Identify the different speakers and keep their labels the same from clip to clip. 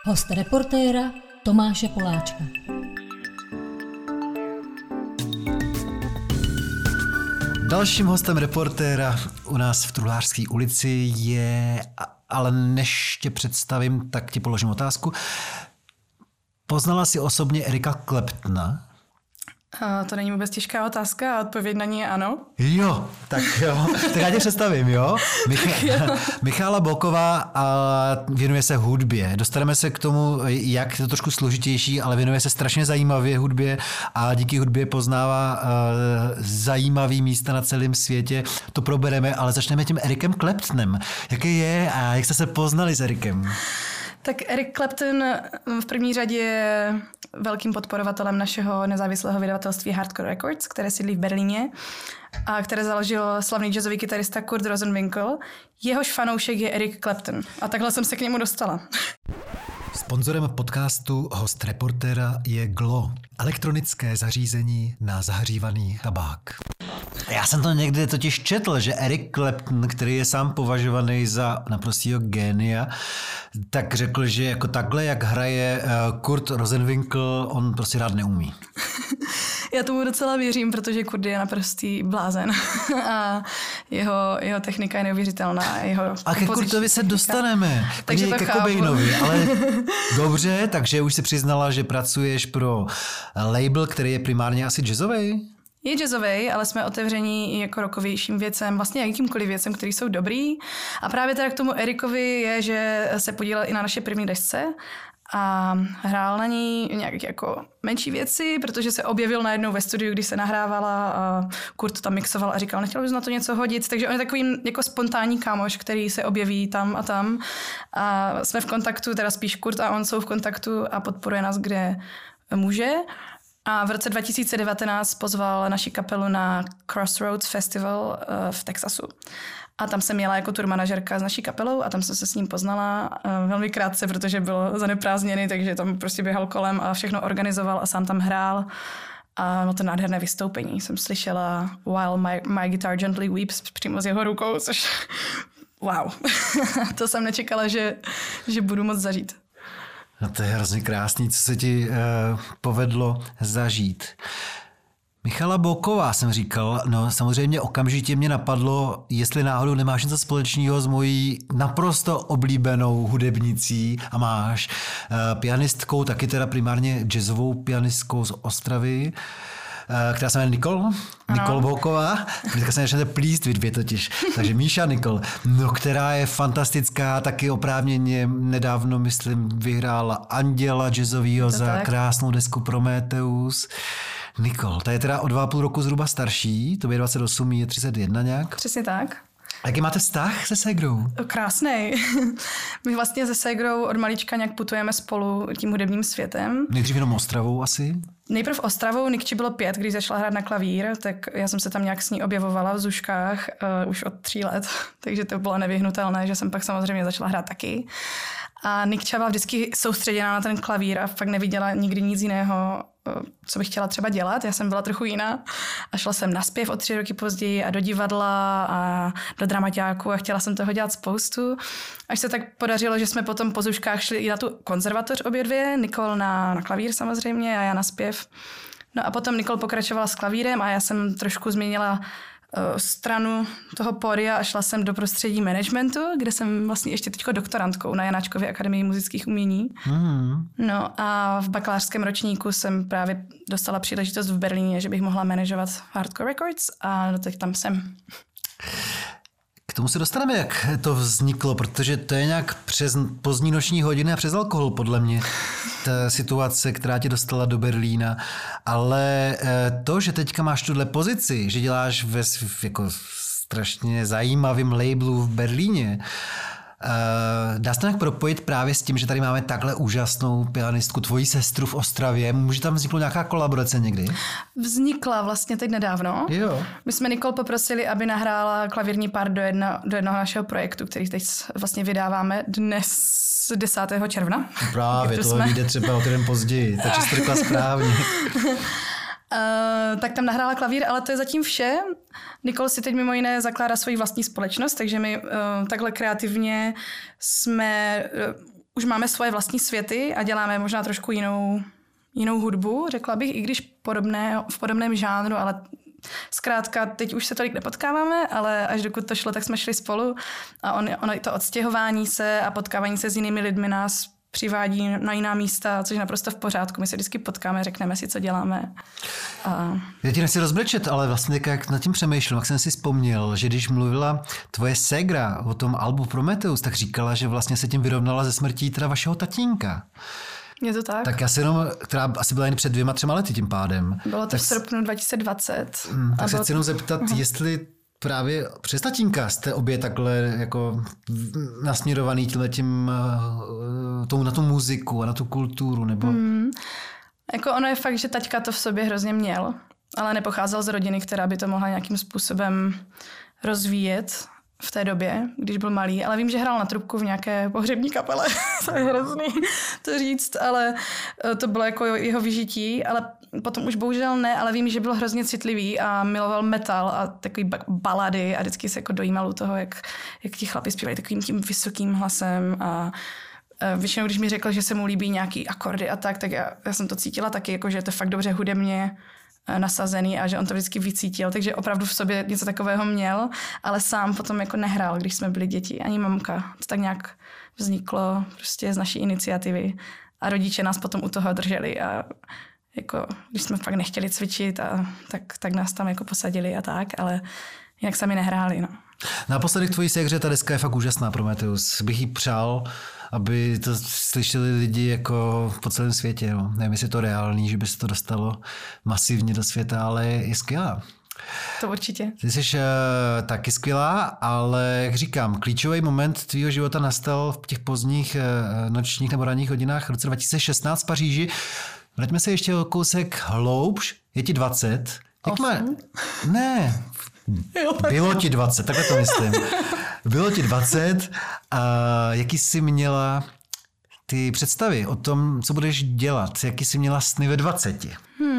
Speaker 1: Host reportéra Tomáše Poláčka.
Speaker 2: Dalším hostem reportéra u nás v Truhlářské ulici je, ale než tě představím, tak ti položím otázku. Poznala jsi osobně Erika Claptona?
Speaker 3: To není vůbec těžká otázka a odpověď na ní je ano.
Speaker 2: Jo, tak já tě představím, jo? Michála Bolková věnuje se hudbě. Dostaneme se k tomu, jak je to trošku složitější, ale věnuje se strašně zajímavě hudbě a díky hudbě poznává zajímavý místa na celém světě. To probereme, ale začneme tím Erikem Claptonem. Jaký je a jak jste se poznali s Erikem?
Speaker 3: Tak Eric Clapton v první řadě je velkým podporovatelem našeho nezávislého vydavatelství Hardcore Records, které sídlí v Berlíně a které založil slavný jazzový kytarista Kurt Rosenwinkel. Jehož fanoušek je Eric Clapton a takhle jsem se k němu dostala.
Speaker 2: Sponzorem podcastu host reportéra je Glo, elektronické zařízení na zahřívaný tabák. Já jsem to někdy totiž četl, že Eric Clapton, který je sám považovaný za naprostýho génia, tak řekl, že jako takhle, jak hraje Kurt Rosenwinkel, on prostě rád neumí.
Speaker 3: Já tomu docela věřím, protože Kurt je naprostý blázen a jeho technika je neuvěřitelná.
Speaker 2: A ke Kurtovi se dostaneme,
Speaker 3: takže
Speaker 2: ke Cobainovi, ale dobře, takže už si přiznala, že pracuješ pro label, který je primárně asi jazzový?
Speaker 3: Je jazzový, ale jsme otevření i jako rockovějším věcem, vlastně jakýmkoliv věcem, který jsou dobrý. A právě teda k tomu Erikovi je, že se podílel i na naše první desce a hrál na ní nějaké jako menší věci, protože se objevil najednou ve studiu, když se nahrávala a Kurt to tam mixoval a říkal, nechtěl bys na to něco hodit. Takže on je takový jako spontánní kámoš, který se objeví tam a tam. A jsme v kontaktu, teda spíš Kurt a on jsou v kontaktu a podporuje nás, kde může. A v roce 2019 pozval naši kapelu na Crossroads Festival v Texasu. A tam jsem jela jako tour manažerka s naší kapelou a tam jsem se s ním poznala velmi krátce, protože bylo zaneprázdněný, takže tam prostě běhal kolem a všechno organizoval a sám tam hrál. A no to nádherné vystoupení. Jsem slyšela While my guitar gently weeps přímo z jeho rukou, což wow. To jsem nečekala, že budu moc zažít.
Speaker 2: No to je hrozně krásný, co se ti povedlo zažít. Michála Bolková jsem říkal, no samozřejmě okamžitě mě napadlo, jestli náhodou nemáš něco společného s mojí naprosto oblíbenou hudebnicí a máš pianistkou, taky teda primárně jazzovou pianistkou z Ostravy, která se jmenuje Nicole Bolková. Teďka se začnete plíst vy dvě totiž. Takže Míša Nicole, no, která je fantastická, taky oprávněně nedávno, myslím, vyhrála Anděla jazzovýho za tak krásnou desku Prometheus. Nicole, ta je teda o 2,5 roku zhruba starší, to je 28, je 31 nějak.
Speaker 3: Přesně tak.
Speaker 2: A jaký máte vztah se ségrou?
Speaker 3: Krásnej. My vlastně se ségrou od malička nějak putujeme spolu tím hudebním světem.
Speaker 2: Nejdřív jenom Ostravou asi?
Speaker 3: Nejprv Ostravou, Nikči bylo 5, když začala hrát na klavír, tak já jsem se tam nějak s ní objevovala v Zuškách už od 3 let, takže to bylo nevyhnutelné, že jsem pak samozřejmě začala hrát taky. A Nikča byla vždycky soustředěná na ten klavír a fakt neviděla nikdy nic jiného, co bych chtěla třeba dělat. Já jsem byla trochu jiná a šla jsem na zpěv o 3 roky později a do divadla a do dramaťáku a chtěla jsem toho dělat spoustu. Až se tak podařilo, že jsme potom po Zuškách šli i na tu konzervatoř obě dvě, Nicole na klavír samozřejmě a já na zpěv. No a potom Nicole pokračovala s klavírem a já jsem trošku změnila stranu toho pódia a šla jsem do prostředí managementu, kde jsem vlastně ještě teďko doktorantkou na Janáčkově akademii muzických umění. No a v bakalářském ročníku jsem právě dostala příležitost v Berlíně, že bych mohla manažovat Hardcore Records a teď tam jsem.
Speaker 2: K tomu se dostaneme, jak to vzniklo, protože to je nějak přes pozdní noční hodiny a přes alkohol, podle mě, ta situace, která tě dostala do Berlína. Ale to, že teďka máš tuhle pozici, že děláš ve jako strašně zajímavým labelu v Berlíně, dá se to nějak propojit právě s tím, že tady máme takhle úžasnou pianistku, tvoji sestru v Ostravě. Může tam vzniknout nějaká kolaborace někdy?
Speaker 3: Vznikla vlastně teď nedávno.
Speaker 2: Jo.
Speaker 3: My jsme Nicole poprosili, aby nahrála klavírní pár do jednoho našeho projektu, který teď vlastně vydáváme dnes 10. června.
Speaker 2: Právě, tohle vyjde třeba o týden později, takže jsi to řekla správně.
Speaker 3: Tak tam nahrála klavír, ale to je zatím vše. Nicole si teď mimo jiné zakládá svoji vlastní společnost, takže my takhle kreativně jsme už máme svoje vlastní světy a děláme možná trošku jinou hudbu, řekla bych, i když v podobném žánru, ale zkrátka teď už se tolik nepotkáváme, ale až dokud to šlo, tak jsme šli spolu a ono i to odstěhování se a potkávání se s jinými lidmi nás přivádí na jiná místa, což je naprosto v pořádku. My se vždycky potkáme, řekneme si, co děláme.
Speaker 2: Já ti nechci rozbrečet, ale vlastně jak nad tím přemýšlím, jak jsem si vzpomněl, že když mluvila tvoje ségra o tom albu Prometheus, tak říkala, že vlastně se tím vyrovnala ze smrtí teda vašeho tatínka.
Speaker 3: Je to tak?
Speaker 2: Tak já si jenom, která asi byla jen před 2-3 lety tím pádem.
Speaker 3: Bylo to v srpnu 2020.
Speaker 2: Tak se chci jenom zeptat, jestli právě přes tatínka jste obě takhle jako nasměrovaný tímhletím na tu muziku a na tu kulturu, nebo...
Speaker 3: Jako ono je fakt, že taťka to v sobě hrozně měl, ale nepocházel z rodiny, která by to mohla nějakým způsobem rozvíjet v té době, když byl malý, ale vím, že hrál na trubku v nějaké pohřební kapele. To je hrozný to říct, ale to bylo jako jeho vyžití, ale potom už bohužel ne, ale vím, že byl hrozně citlivý a miloval metal a takový balady a vždycky se jako dojímal u toho, jak ti chlapi zpívají takovým tím vysokým hlasem a většinou, když mi řekl, že se mu líbí nějaký akordy a tak já jsem to cítila taky, jako, že je to fakt dobře hudebně nasazený a že on to vždycky vycítil, takže opravdu v sobě něco takového měl, ale sám potom jako nehrál, když jsme byli děti, ani mamka. To tak nějak vzniklo prostě z naší iniciativy a rodiče nás potom u toho drželi a jako, když jsme fakt nechtěli cvičit tak nás tam jako posadili a tak, ale jinak sami nehráli, no.
Speaker 2: Naposledy k tvojí séhře, ta deska je fakt úžasná, Prometheus. Bych jí přál, aby to slyšeli lidi jako po celém světě. No. Nevím, jestli je to reálný, že by se to dostalo masivně do světa, ale je skvělá.
Speaker 3: To určitě.
Speaker 2: Ty jsi taky skvělá, ale jak říkám, klíčový moment tvýho života nastal v těch pozdních nočních nebo ranních hodinách v roce 2016 v Paříži. Vraťme se ještě o kousek hloubš. Je ti 20. Ne, bylo ti 20, takhle to myslím. Bylo ti 20 a jaký jsi měla ty představy o tom, co budeš dělat? Jaký jsi měla sny ve 20?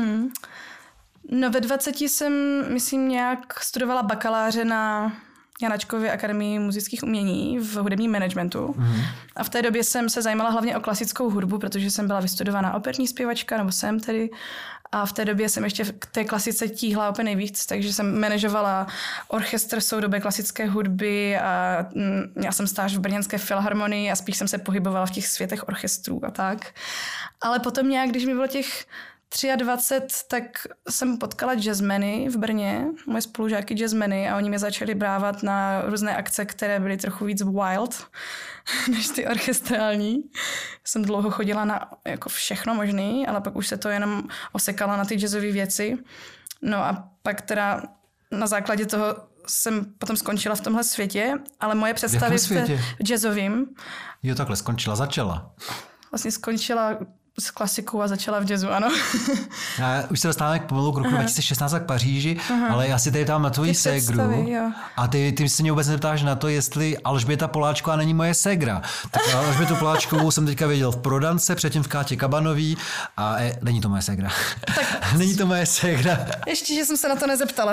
Speaker 3: No ve 20 jsem, myslím, nějak studovala bakaláře na Janačkově akademii muzických umění v hudebním managementu. A v té době jsem se zajímala hlavně o klasickou hudbu, protože jsem byla vystudovaná operní zpěvačka, nebo jsem tedy. A v té době jsem ještě k té klasice tíhla úplně nejvíc, takže jsem manažovala orchestr soudobé klasické hudby a měla jsem stáž v brněnské filharmonii a spíš jsem se pohybovala v těch světech orchestrů a tak. Ale potom nějak, když mi bylo těch 23, tak jsem potkala jazzmeny v Brně, moje spolužáky jazzmeny a oni mě začali brávat na různé akce, které byly trochu víc wild než ty orchestrální. Jsem dlouho chodila na jako všechno možný, ale pak už se to jenom osekala na ty jazzové věci. No a pak teda na základě toho jsem potom skončila v tomhle světě, ale moje představy v jazzovým.
Speaker 2: Jo, takhle začala.
Speaker 3: Vlastně skončila s klasikou a začala v jazzu, ano.
Speaker 2: Už se dostáváme pomalu k roku 2016 k Paříži, ale já si tady tam na tvoji ségru. A ty se mě vůbec neptáš na to, jestli Alžběta Poláčková není moje ségra. Tak Alžbětu Poláčkovou jsem teďka viděl v Prodance, předtím v Kátě Kabanový a není to moje ségra. Není to moje ségra.
Speaker 3: Ještě, že jsem se na to nezeptala.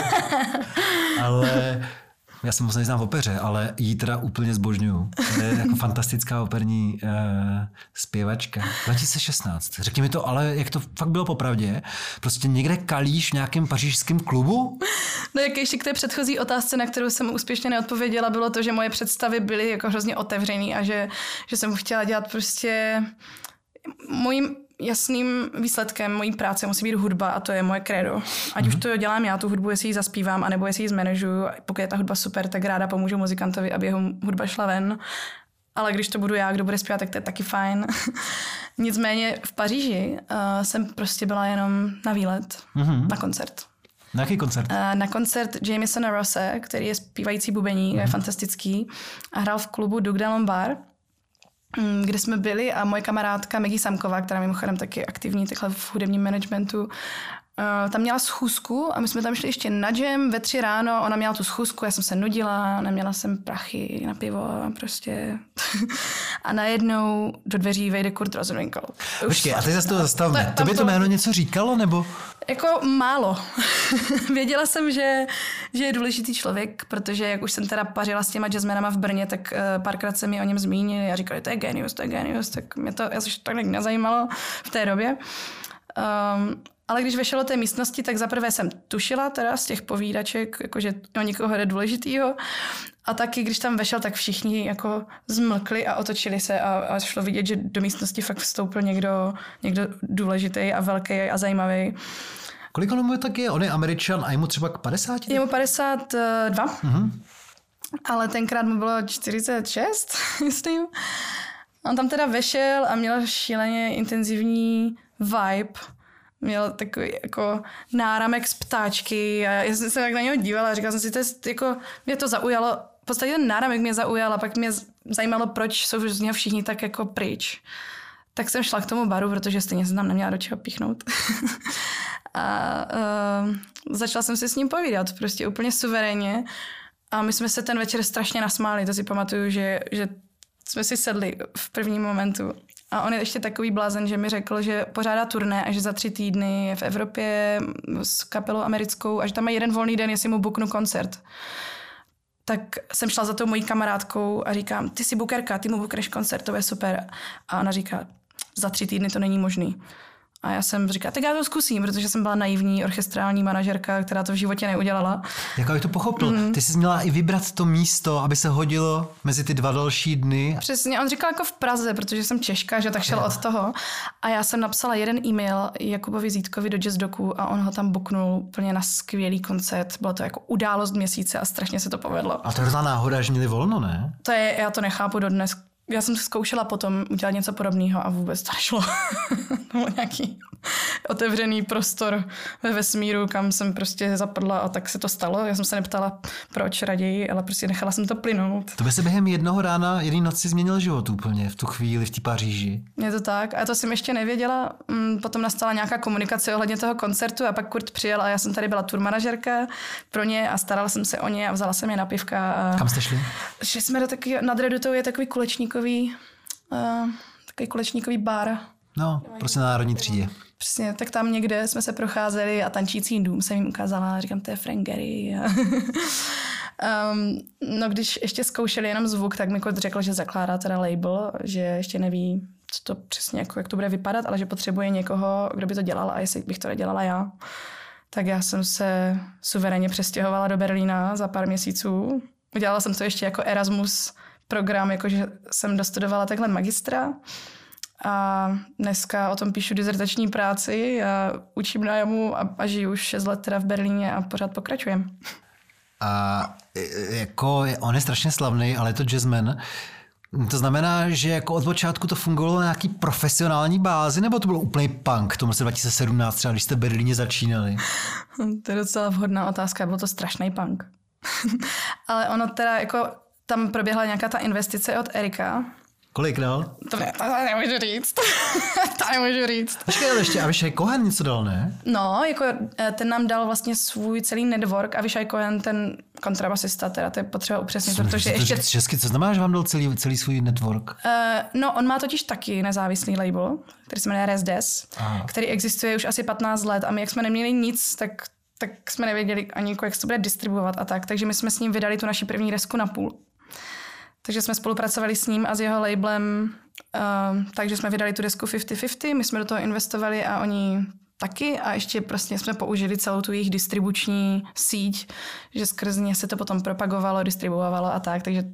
Speaker 2: Ale... Já jsem moc neznám v opeře, ale jí teda úplně zbožňuju. Je jako fantastická operní zpěvačka. 2016. Řekni mi to, ale jak to fakt bylo popravdě? Prostě někde kalíš v nějakém pařížském klubu?
Speaker 3: No jak ještě k té předchozí otázce, na kterou jsem úspěšně neodpověděla, bylo to, že moje představy byly jako hrozně otevřený a že jsem chtěla dělat prostě mojím jasným výsledkem mojí práce musí být hudba a to je moje krédo. Ať už to dělám já, tu hudbu, jestli ji zaspívám, anebo jestli ji zmanažuju. Pokud je ta hudba super, tak ráda pomůžu muzikantovi, aby jeho hudba šla ven. Ale když to budu já, kdo bude zpívat, tak to je taky fajn. Nicméně v Paříži jsem prostě byla jenom na výlet, na koncert.
Speaker 2: Na jaký koncert?
Speaker 3: Na koncert Jamisona Rosse, který je zpívající bubeník, je fantastický a hrál v klubu Duc de Lombard, kde jsme byli a moje kamarádka Maggie Samková, která mimochodem taky aktivní takhle v hudebním managementu, tam měla schůzku a my jsme tam šli ještě na jam ve 3 ráno, ona měla tu schůzku, já jsem se nudila, neměla jsem prachy na pivo prostě. a najednou do dveří vejde Kurt Rosenwinkel.
Speaker 2: Počkej, a teď zase to zastavme. Tobě to jméno něco říkalo, nebo?
Speaker 3: Jako málo. Věděla jsem, že je důležitý člověk, protože jak už jsem teda pařila s těma jazzmenama v Brně, tak párkrát se mi o něm zmínili a říkali, to je genius, tak mě to asi tak nezajímalo v té době. Ale když vešel do té místnosti, tak zaprvé jsem tušila teda z těch povídaček, jakože o někoho jde důležitýho. A taky, když tam vešel, tak všichni jako zmlkli a otočili se a šlo vidět, že do místnosti fakt vstoupil někdo důležitý a velký a zajímavý.
Speaker 2: Kolik on mu tak je? On je Američan a je mu třeba k 50?
Speaker 3: Je mu 52. Mm-hmm. Ale tenkrát mu bylo 46, myslím. On tam teda vešel a měl šíleně intenzivní vibe. Měl takový jako náramek z ptáčky a já jsem se tak na něho dívala a říkala jsem si, mě to zaujalo. V podstatě ten náramek mě zaujal a pak mě zajímalo, proč jsou z něho všichni tak jako pryč. Tak jsem šla k tomu baru, protože stejně jsem tam neměla do čeho píchnout. Začala jsem si s ním povídat, prostě úplně suverénně. A my jsme se ten večer strašně nasmáli, to si pamatuju, že jsme si sedli v prvním momentu. A on je ještě takový blázen, že mi řekl, že pořádá turné a že za 3 týdny je v Evropě s kapelou americkou a že tam má jeden volný den, jestli mu booknu koncert. Tak jsem šla za tou mojí kamarádkou a říkám, ty jsi bookerka, ty mu bookneš koncert, to je super. A ona říká, za 3 týdny to není možný. A já jsem říkala, tak já to zkusím, protože jsem byla naivní orchestrální manažerka, která to v životě neudělala.
Speaker 2: Jak abych to pochopil? Ty jsi měla i vybrat to místo, aby se hodilo mezi ty 2 další dny.
Speaker 3: Přesně, on říkal jako v Praze, protože jsem Češka, že tak šel od toho. A já jsem napsala jeden e-mail Jakubovi Zítkovi do Jazz Doku a on ho tam booknul úplně na skvělý koncert. Bylo to jako událost měsíce a strašně se to povedlo.
Speaker 2: A to je hrozná náhoda, že měli volno, ne?
Speaker 3: Já to nechápu dodnes. Já jsem zkoušela potom udělat něco podobného a vůbec to nešlo. To byl nějaký otevřený prostor ve vesmíru, kam jsem prostě zapadla a tak se to stalo. Já jsem se neptala, proč raději, ale prostě nechala jsem to plynout.
Speaker 2: To by se během jednoho rána, jedné noci změnil život úplně v tu chvíli, v té Paříži.
Speaker 3: Je to tak a to jsem ještě nevěděla. Potom nastala nějaká komunikace ohledně toho koncertu a pak Kurt přijel a já jsem tady byla tour manažerka pro ně a starala jsem se o ně a vzala jsem je na pivka. A
Speaker 2: kam jste šli?
Speaker 3: Šli jsme do takový, nad Redutou je takový kulečníkový bar.
Speaker 2: No, prostě na Národní třídě.
Speaker 3: Přesně, tak tam někde jsme se procházeli a Tančící dům jsem jim ukázala a říkám, to je Frank Gehry. No když ještě zkoušeli jenom zvuk, tak mi Kurt řekl, že zakládá teda label, že ještě neví, co to přesně, jak to bude vypadat, ale že potřebuje někoho, kdo by to dělal a jestli bych to nedělala já. Tak já jsem se suverénně přestěhovala do Berlína za pár měsíců. Udělala jsem to ještě jako Erasmus program, jakože jsem dostudovala takhle magistra. A dneska o tom píšu dizertační práci a učím na JAMu a žiju už 6 let teda v Berlíně a pořád pokračujem.
Speaker 2: A jako on je strašně slavný, ale je to jazzman. To znamená, že jako od počátku to fungovalo na nějaký profesionální bázi, nebo to bylo úplný punk v tom roce 2017, třeba když jste v Berlíně začínali?
Speaker 3: To je docela vhodná otázka, byl to strašný punk. Ale ono teda jako tam proběhla nějaká ta investice od Erika.
Speaker 2: Kolik dal?
Speaker 3: To nemůžu říct. To nemůžu říct.
Speaker 2: Počkej, ale ještě Avishai Cohen něco dal, ne?
Speaker 3: No, jako ten nám dal vlastně svůj celý network. Avishai Cohen, ten kontrabasista, teda to je potřeba upřesnit, protože ještě...
Speaker 2: Česky, co znamená, že vám dal celý svůj network?
Speaker 3: No, on má totiž taky nezávislý label, který se jmenuje Resdes, který existuje už asi 15 let a my, jak jsme neměli nic, tak jsme nevěděli ani, jak se to bude distribuovat a tak. Takže my jsme s ním vydali tu naši první desku na půl. Takže jsme spolupracovali s ním a s jeho labelem, takže jsme vydali tu desku 50-50, my jsme do toho investovali a oni taky a ještě prostě jsme použili celou tu jejich distribuční síť, že skrz ně se to potom propagovalo, distribuovalo a tak, takže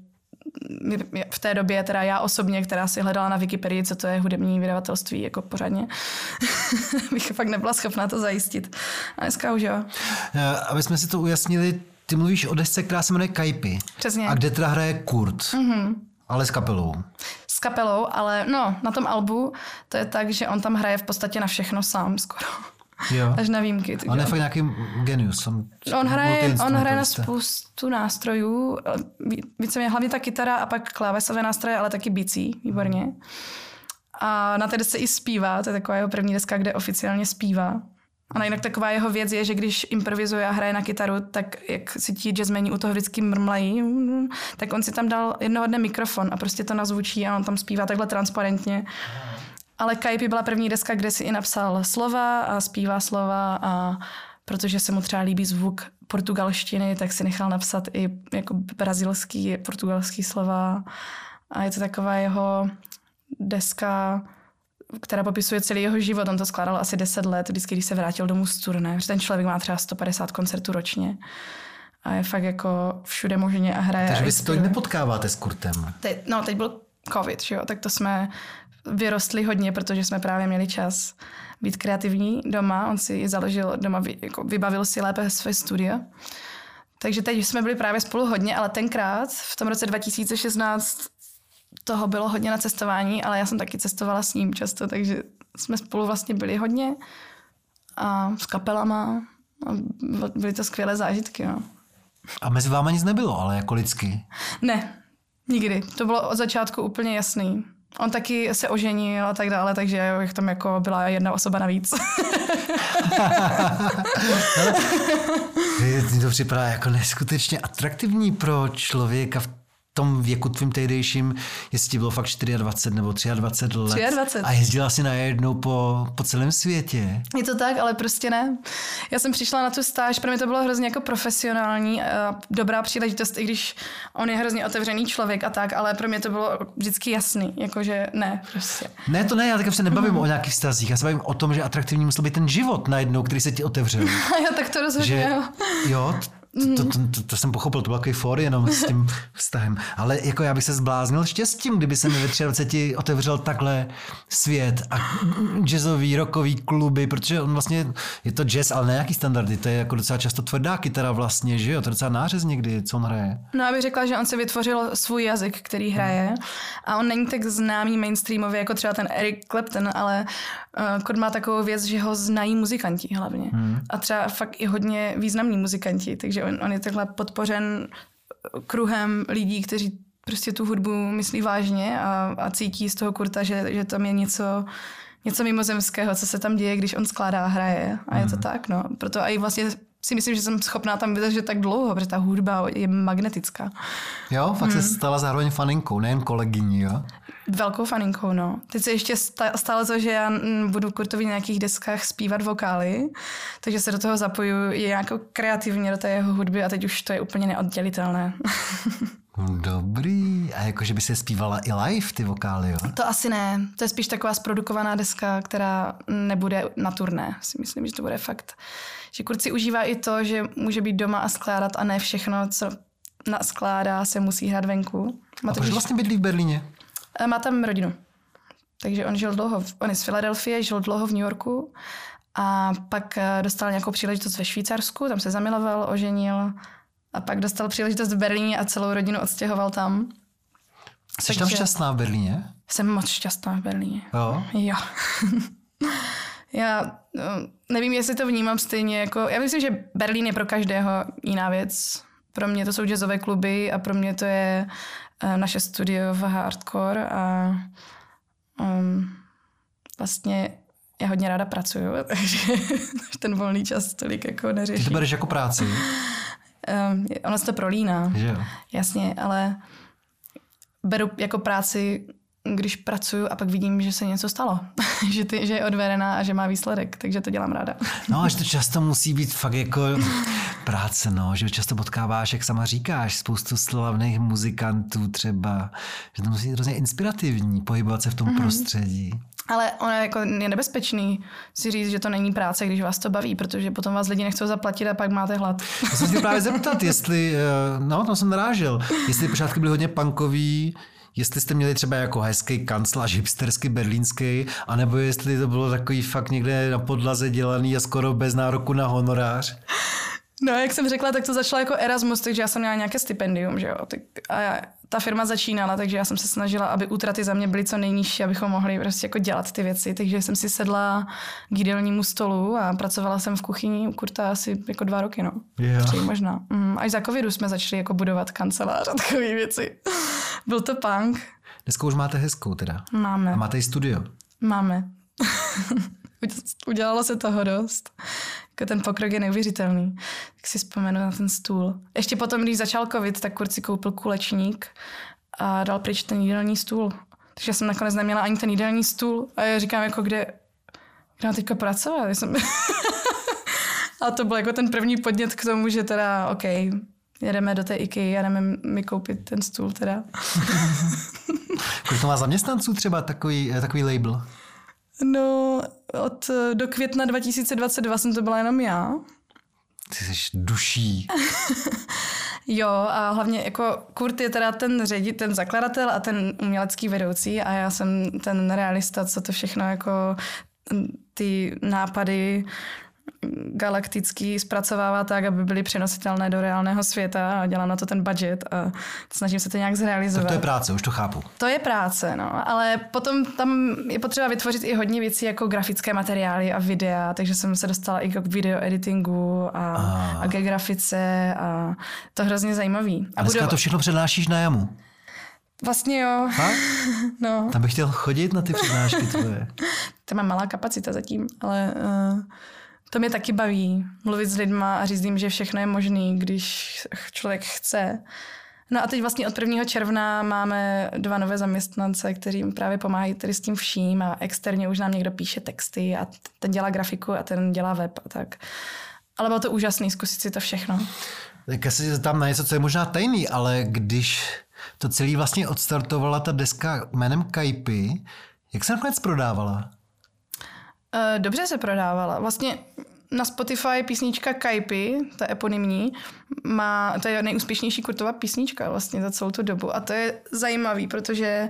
Speaker 3: v té době teda já osobně, která si hledala na Wikipedii, co to je hudební vydavatelství, jako pořádně, bych fakt nebyla schopná to zajistit. A dneska už jo.
Speaker 2: Aby jsme si to ujasnili, ty mluvíš o desce, která se jmenuje Kajpy.
Speaker 3: Přesně.
Speaker 2: A kde teda hraje Kurt. Mm-hmm. Ale s kapelou.
Speaker 3: S kapelou, ale no, na tom albu to je tak, že on tam hraje v podstatě na všechno sám skoro.
Speaker 2: Jo.
Speaker 3: Až na výjimky.
Speaker 2: On je fakt nějaký genius.
Speaker 3: On hraje na spoustu nástrojů. Víceméně hlavně ta kytara a pak klávesové nástroje, ale taky bicí, výborně. A na té desce i zpívá, to je taková jeho první deska, kde oficiálně zpívá. A jinak taková jeho věc je, že když improvizuje a hraje na kytaru, tak jak si ti jazzmeni u toho vždycky mrmlají, tak on si tam dal jednoho dne mikrofon a prostě to nazvučí a on tam zpívá takhle transparentně. Ale Kajpi byla první deska, kde si i napsal slova a zpívá slova a protože se mu třeba líbí zvuk portugalštiny, tak si nechal napsat i jako brazilský, portugalský slova. A je to taková jeho deska, která popisuje celý jeho život. On to skládal asi 10 let, vždycky, když se vrátil domů z turné. Ten člověk má třeba 150 koncertů ročně. A je fakt jako všude možně a hraje.
Speaker 2: Takže vy se to nepotkáváte s Kurtem.
Speaker 3: Teď byl covid, že jo? Tak to jsme vyrostli hodně, protože jsme právě měli čas být kreativní doma. On si založil doma, jako vybavil si lépe své studio. Takže teď jsme byli právě spolu hodně, ale tenkrát, v tom roce 2016, toho bylo hodně na cestování, ale já jsem taky cestovala s ním často, takže jsme spolu vlastně byli hodně a s kapelama a byly to skvělé zážitky. No.
Speaker 2: A mezi váma nic nebylo, ale jako lidsky?
Speaker 3: Ne, nikdy. To bylo od začátku úplně jasný. On taky se oženil a tak dále, takže tam jako byla jedna osoba navíc.
Speaker 2: Mně to připadá jako neskutečně atraktivní pro člověka v tom věku tvým tehdejším, jestli ti bylo fakt 24 nebo 23 let.
Speaker 3: 23.
Speaker 2: A jezdila si najednou po celém světě.
Speaker 3: Je to tak, ale prostě ne. Já jsem přišla na tu stáž, pro mě to bylo hrozně jako profesionální a dobrá příležitost, i když on je hrozně otevřený člověk a tak, ale pro mě to bylo vždycky jasný, jakože ne, prostě.
Speaker 2: Ne, to ne, já tak se nebavím o nějakých vztazích, já se bavím o tom, že atraktivní musel být ten život najednou, který se ti otevřel.
Speaker 3: Jo, tak to rozhodně,
Speaker 2: jo. To jsem pochopil, to byl takový for jenom s tím vztahem. Ale jako já bych se zbláznil štěstím, kdyby se mi ve 23 otevřel takhle svět a jazzový, rockový kluby, protože on vlastně, je to jazz, ale ne nějaký standardy, to je jako docela často tvrdá kytara vlastně, že jo, to je docela nářez někdy, co on hraje.
Speaker 3: No, abych řekla, že on si vytvořil svůj jazyk, který hraje a on není tak známý mainstreamově jako třeba ten Eric Clapton, ale Kurt má takovou věc, že ho znají muzikanti hlavně. A třeba fakt i hodně významní muzikanti, takže on je takhle podpořen kruhem lidí, kteří prostě tu hudbu myslí vážně a cítí z toho Kurta, že tam je něco mimozemského, co se tam děje, když on skládá a hraje. A je to tak, no. Proto i vlastně si myslím, že jsem schopná tam vydržet tak dlouho, protože ta hudba je magnetická.
Speaker 2: Jo, fakt se stala zároveň faninkou, nejen kolegyní, jo?
Speaker 3: Velkou faninkou, no. Teď se ještě stalo to, že já budu Kurtovi na nějakých deskách zpívat vokály, takže se do toho zapoju i jako kreativně do té jeho hudby a teď už to je úplně neoddělitelné.
Speaker 2: Dobrý. A jakože by se zpívala i live ty vokály, jo?
Speaker 3: To asi ne. To je spíš taková zprodukovaná deska, která nebude na turné. Si myslím, že to bude fakt. Že Kurt si užívá i to, že může být doma a skládat a ne všechno, co naskládá, se musí hrát venku.
Speaker 2: A proč vlastně bydlí v Berlíně?
Speaker 3: Má tam rodinu. Takže on je z Filadelfie, žil dlouho v New Yorku a pak dostal nějakou příležitost ve Švýcarsku, tam se zamiloval, oženil a pak dostal příležitost v Berlíně a celou rodinu odstěhoval tam.
Speaker 2: Jsi tam šťastná v Berlíně?
Speaker 3: Jsem moc šťastná v Berlíně.
Speaker 2: Jo?
Speaker 3: Jo. Já nevím, jestli to vnímám stejně jako... Já myslím, že Berlín je pro každého jiná věc. Pro mě to jsou jazzové kluby a pro mě to je naše studio v hardcore a vlastně já hodně ráda pracuju, takže ten volný čas tolik jako neřeším.
Speaker 2: Ty to bereš jako práci?
Speaker 3: Ono se to prolíná.
Speaker 2: Že jo?
Speaker 3: Jasně, ale beru jako práci, když pracuju a pak vidím, že se něco stalo. že je odvedená a že má výsledek, takže to dělám ráda.
Speaker 2: No, až to často musí být fakt jako práce, no, že často potkáváš, jak sama říkáš, spoustu slavných muzikantů třeba, že to musí být hrozně inspirativní, pohybovat se v tom prostředí.
Speaker 3: Ale ono jako je nebezpečný si říct, že to není práce, když vás to baví, protože potom vás lidi nechcou zaplatit a pak máte hlad.
Speaker 2: Já jsem si právě zeptat, jestli, no, tam jsem narážel, jestli počátky byly hodně punkový, jestli jste měli třeba jako hezký kanclář, hipsterský, berlínský, anebo jestli to bylo takový fakt někde na podlaze dělaný a skoro bez nároku na honorář.
Speaker 3: No, jak jsem řekla, tak to začalo jako Erasmus, takže já jsem měla nějaké stipendium, že jo. A ta firma začínala, takže já jsem se snažila, aby útraty za mě byly co nejnižší, abychom mohli prostě jako dělat ty věci. Takže jsem si sedla k jídelnímu stolu a pracovala jsem v kuchyni u Kurta asi jako 2 roky, no.
Speaker 2: Yeah.
Speaker 3: 3 možná. Až za covidu jsme začali jako budovat kancelář a takové věci. Byl to punk.
Speaker 2: Dneska už máte hezkou teda.
Speaker 3: Máme.
Speaker 2: A máte i studio.
Speaker 3: Máme. Udělalo se toho dost. Jako ten pokrok je neuvěřitelný. Tak si vzpomenu na ten stůl. Ještě potom, když začal covid, tak Kurt si koupil kulečník a dal pryč ten jídelní stůl. Takže jsem nakonec neměla ani ten jídelní stůl. A já říkám, jako kde mám teďka pracovat? A to byl jako ten první podnět k tomu, že teda OK, jedeme do té IKEA, jedeme mi koupit ten stůl teda.
Speaker 2: Kolik to má zaměstnanců třeba takový label?
Speaker 3: No, do května 2022 jsem to byla jenom já.
Speaker 2: Ty jsi duší.
Speaker 3: Jo, a hlavně jako Kurt je teda ten zakladatel a ten umělecký vedoucí a já jsem ten realista, co to všechno jako ty nápady galaktický zpracovává tak, aby byly přenositelné do reálného světa a dělám na to ten budget a snažím se to nějak zrealizovat.
Speaker 2: Tak to je práce, už to chápu.
Speaker 3: To je práce, no, ale potom tam je potřeba vytvořit i hodně věcí jako grafické materiály a videa, takže jsem se dostala i k video editingu a ke grafice a to hrozně zajímavý.
Speaker 2: A dneska to všechno přednášíš na Jamu?
Speaker 3: Vlastně jo. No.
Speaker 2: Tam bych chtěl chodit na ty přednášky tvoje.
Speaker 3: To má malá kapacita zatím, ale to mě taky baví. Mluvit s lidma a říct jim, že všechno je možný, když člověk chce. No a teď vlastně od 1. června máme 2 nové zaměstnance, kteří jim právě pomáhají tady s tím vším a externě už nám někdo píše texty a ten dělá grafiku a ten dělá web a tak. Ale bylo to úžasný zkusit si to všechno.
Speaker 2: Tak já se tam na něco, co je možná tajný, ale když to celý vlastně odstartovala ta deska jménem Kajpy, jak se nakonec prodávala?
Speaker 3: Dobře se prodávala. Vlastně na Spotify písnička Kajpy, ta eponymní, to je nejúspěšnější Kurtova písnička vlastně za celou tu dobu. A to je zajímavý, protože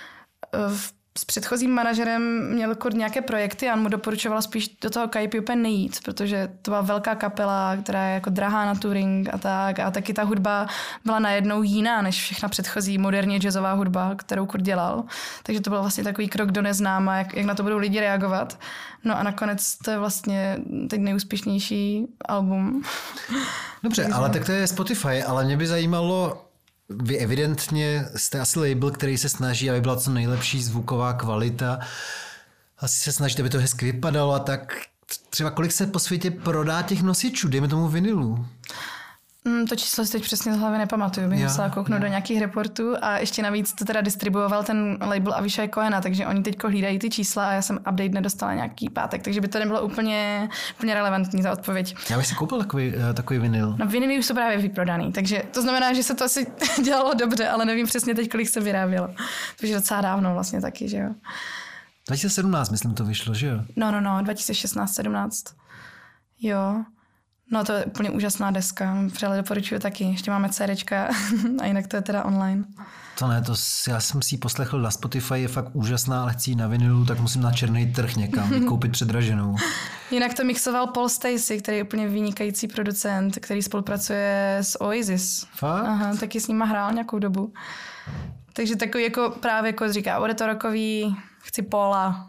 Speaker 3: s předchozím manažerem měl Kurt nějaké projekty a on mu doporučoval spíš do toho Kajpy úplně nejít, protože to byla velká kapela, která je jako drahá na touring a tak. A taky ta hudba byla najednou jiná než všechna předchozí moderně jazzová hudba, kterou Kurt dělal. Takže to byl vlastně takový krok do neznáma, jak na to budou lidi reagovat. No a nakonec to je vlastně teď nejúspěšnější album.
Speaker 2: Dobře, ale tak to je Spotify, ale mě by zajímalo, vy evidentně jste asi label, který se snaží, aby byla co nejlepší zvuková kvalita. Asi se snažíte, aby to hezky vypadalo a tak. Třeba kolik se po světě prodá těch nosičů, dejme tomu vinilu?
Speaker 3: To číslo si teď přesně z hlavy nepamatuju, bych musela kouknout do nějakých reportů a ještě navíc to teda distribuoval ten label Avishai Cohena, takže oni teď hlídají ty čísla a já jsem update nedostala nějaký pátek, takže by to nebylo úplně relevantní za odpověď.
Speaker 2: Já bych si koupil takový vinyl.
Speaker 3: No vinily už jsou právě vyprodaný, takže to znamená, že se to asi dělalo dobře, ale nevím přesně teď, kolik se vyrábělo. Takže docela dávno vlastně taky, že jo.
Speaker 2: 2017, myslím, to vyšlo, že jo?
Speaker 3: No, 2016-17. Jo. No to je úplně úžasná deska, vřele doporučuji taky. Ještě máme CDčka a jinak to je teda online.
Speaker 2: To ne, já jsem si ji poslechl na Spotify, je fakt úžasná, ale chci ji na vinilu, tak musím na černý trh někam koupit předraženou.
Speaker 3: Jinak to mixoval Paul Stacey, který je úplně vynikající producent, který spolupracuje s Oasis.
Speaker 2: Fakt?
Speaker 3: Aha, taky s nima hrál nějakou dobu. Takže takový jako právě jako říká, bude to rokový, chci Paula.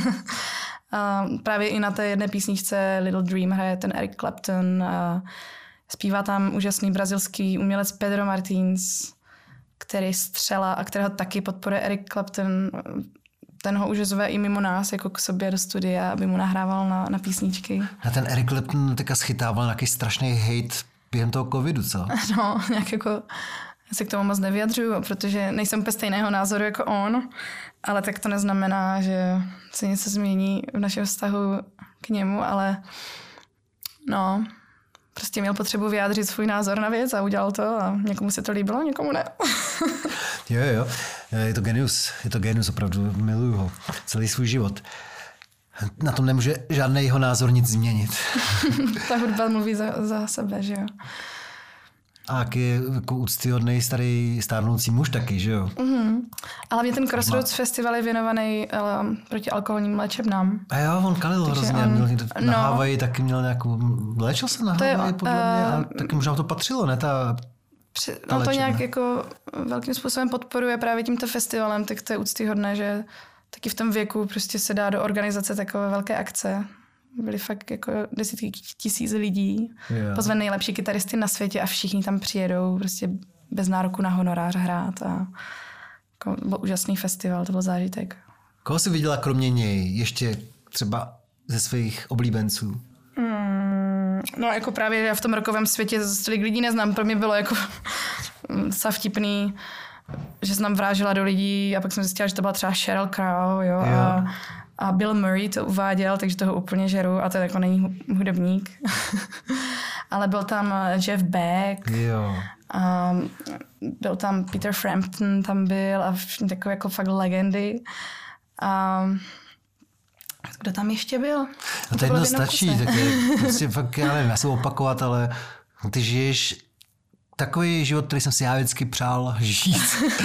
Speaker 3: A právě i na té jedné písničce Little Dream hraje ten Eric Clapton. A zpívá tam úžasný brazilský umělec Pedro Martins, který střela a kterého taky podporuje Eric Clapton. Ten ho už zve i mimo nás jako k sobě do studia, aby mu nahrával na písničky.
Speaker 2: A ten Eric Clapton teďka schytával nějaký strašný hate během toho covidu, co?
Speaker 3: No, nějak jako... Já se k tomu moc nevyjadřuju, protože nejsem úplně stejného názoru jako on, ale tak to neznamená, že se něco změní v našem vztahu k němu, ale no, prostě měl potřebu vyjádřit svůj názor na věc a udělal to a někomu se to líbilo, někomu ne.
Speaker 2: Jo, je to genius, opravdu, miluju ho celý svůj život. Na tom nemůže žádný jeho názor nic změnit.
Speaker 3: Ta hudba mluví za sebe, že jo.
Speaker 2: A jak je jako úctyhodnej starý stárnoucí muž taky, že jo?
Speaker 3: Mm-hmm. A hlavně ten Crossroads festival je věnovaný proti alkoholním léčebnám.
Speaker 2: A jo, on kalil hrozně. Na Havaji taky měl nějakou... Léčil se na Havaji podle mě, ale taky možná to patřilo, ne? Ta
Speaker 3: to nějak jako velkým způsobem podporuje právě tímto festivalem, tak to je úctyhodné, že taky v tom věku prostě se dá do organizace takové velké akce. Byly fakt jako desítky tisíc lidí. Yeah. Pozve nejlepší kytaristy na světě a všichni tam přijedou prostě bez nároku na honorář hrát. A jako byl úžasný festival, to byl zážitek.
Speaker 2: Koho jsi viděla kromě něj? Ještě třeba ze svých oblíbenců?
Speaker 3: No jako právě já v tom rockovém světě tolik lidí neznám. Pro mě bylo jako docela vtipný, že jsem tam vrážela do lidí a pak jsem zjistila, že to byla třeba Sheryl Crow, jo. A Bill Murray to uváděl, takže toho úplně žeru a to jako není hudebník. Ale byl tam Jeff Beck.
Speaker 2: Jo.
Speaker 3: A byl tam Peter Frampton, tam byl a takové jako fakt legendy. A kdo tam ještě byl?
Speaker 2: No to jedno stačí, tak je, prostě fakt, já nevím, já se opakovat, ale ty žiješ takový život, který jsem si já vždycky přál žít.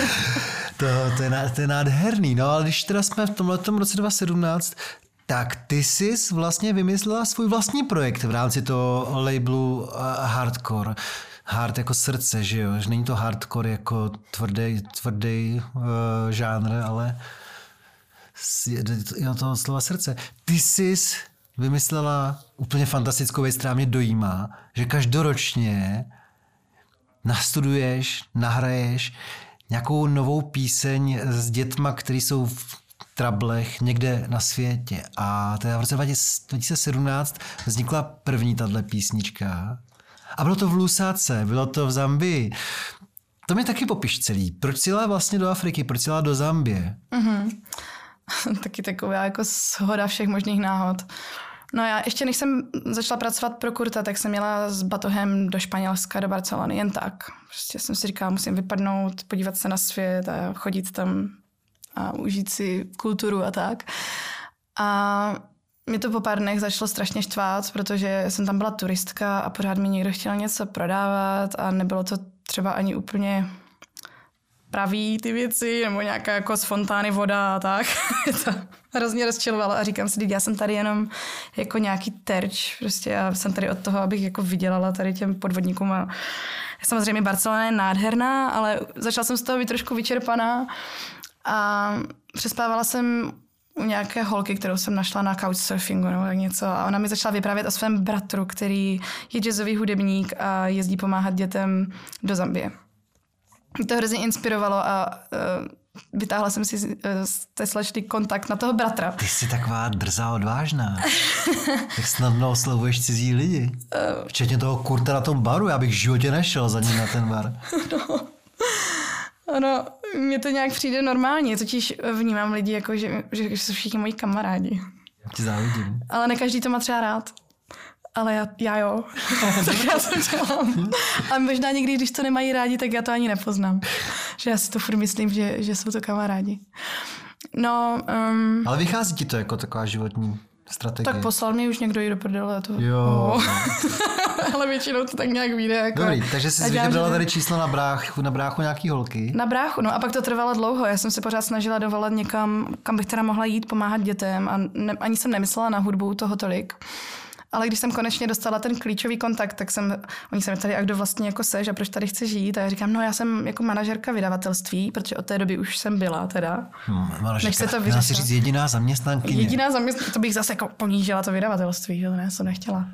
Speaker 2: to je nádherný. No ale když teda jsme v tomhletom roce 2017, tak ty jsi vlastně vymyslela svůj vlastní projekt v rámci toho labelu Hardcore. Hard jako srdce, že jo? Že není to hardcore jako tvrdý žánr, ale jo, toho slova srdce. Ty jsi vymyslela úplně fantastickou věc, která mě dojímá, že každoročně nastuduješ, nahraješ nějakou novou píseň s dětma, který jsou v trablech někde na světě. A teda v roce 2017 vznikla první tahle písnička. A bylo to v Lusáce, bylo to v Zambii. To mě taky popiš celý. Proč jsi jela vlastně do Afriky, proč jsi jela do Zambie?
Speaker 3: Taky taková jako shoda všech možných náhod. No já ještě než jsem začala pracovat pro Kurta, tak jsem jela s batohem do Španělska, do Barcelony, jen tak. Prostě jsem si říkala, musím vypadnout, podívat se na svět a chodit tam a užít si kulturu a tak. A mě to po pár dnech začalo strašně štvát, protože jsem tam byla turistka a pořád mi někdo chtěl něco prodávat a nebylo to třeba ani úplně pravý ty věci, nebo nějaká jako z fontány voda a tak. To hrozně rozčilovalo a říkám si, já jsem tady jenom jako nějaký terč, prostě já jsem tady od toho, abych jako vydělala tady těm podvodníkům a samozřejmě Barcelona je nádherná, ale začala jsem z toho být trošku vyčerpaná a přespávala jsem u nějaké holky, kterou jsem našla na couchsurfingu nebo tak něco a ona mi začala vyprávět o svém bratru, který je jazzový hudebník a jezdí pomáhat dětem do Zambie. Mě to hrozně inspirovalo a vytáhla jsem si z té slečny kontakt na toho bratra.
Speaker 2: Ty jsi taková drzá odvážná. Jak snadno oslovuješ cizí lidi. Včetně toho Kurta na tom baru, já bych v životě nešel za ním na ten bar.
Speaker 3: Ano, mně to nějak přijde normálně, totiž vnímám lidi jako, že jsou všichni moji kamarádi.
Speaker 2: Já ti závidím.
Speaker 3: Ale ne každý to má třeba rád. Ale já jo. Tak já to dělám. A možná někdy, když to nemají rádi, tak já to ani nepoznám. Že já si to furt myslím, že jsou to kamarádi. No.
Speaker 2: Ale vychází ti to jako taková životní strategie.
Speaker 3: Tak poslal mi už někdo i do prdele. To.
Speaker 2: Jo.
Speaker 3: Ale většinou to tak nějak vyjde. Jako,
Speaker 2: dobrý, takže jsi vybrala tady číslo na bráchu nějaký holky.
Speaker 3: Na bráchu, no a pak to trvalo dlouho. Já jsem se pořád snažila dovolat někam, kam bych teda mohla jít pomáhat dětem a ani jsem nemyslela na hudbu toho tolik. Ale když jsem konečně dostala ten klíčový kontakt, tak oni se mě tady, a kdo vlastně jako seš a proč tady chceš žít? A já říkám, no já jsem jako manažerka vydavatelství, protože od té doby už jsem byla teda.
Speaker 2: Než se to vyřešila. Dá si říct jediná zaměstnankyně.
Speaker 3: To bych zase jako ponížila to vydavatelství, že ne, to nechtěla.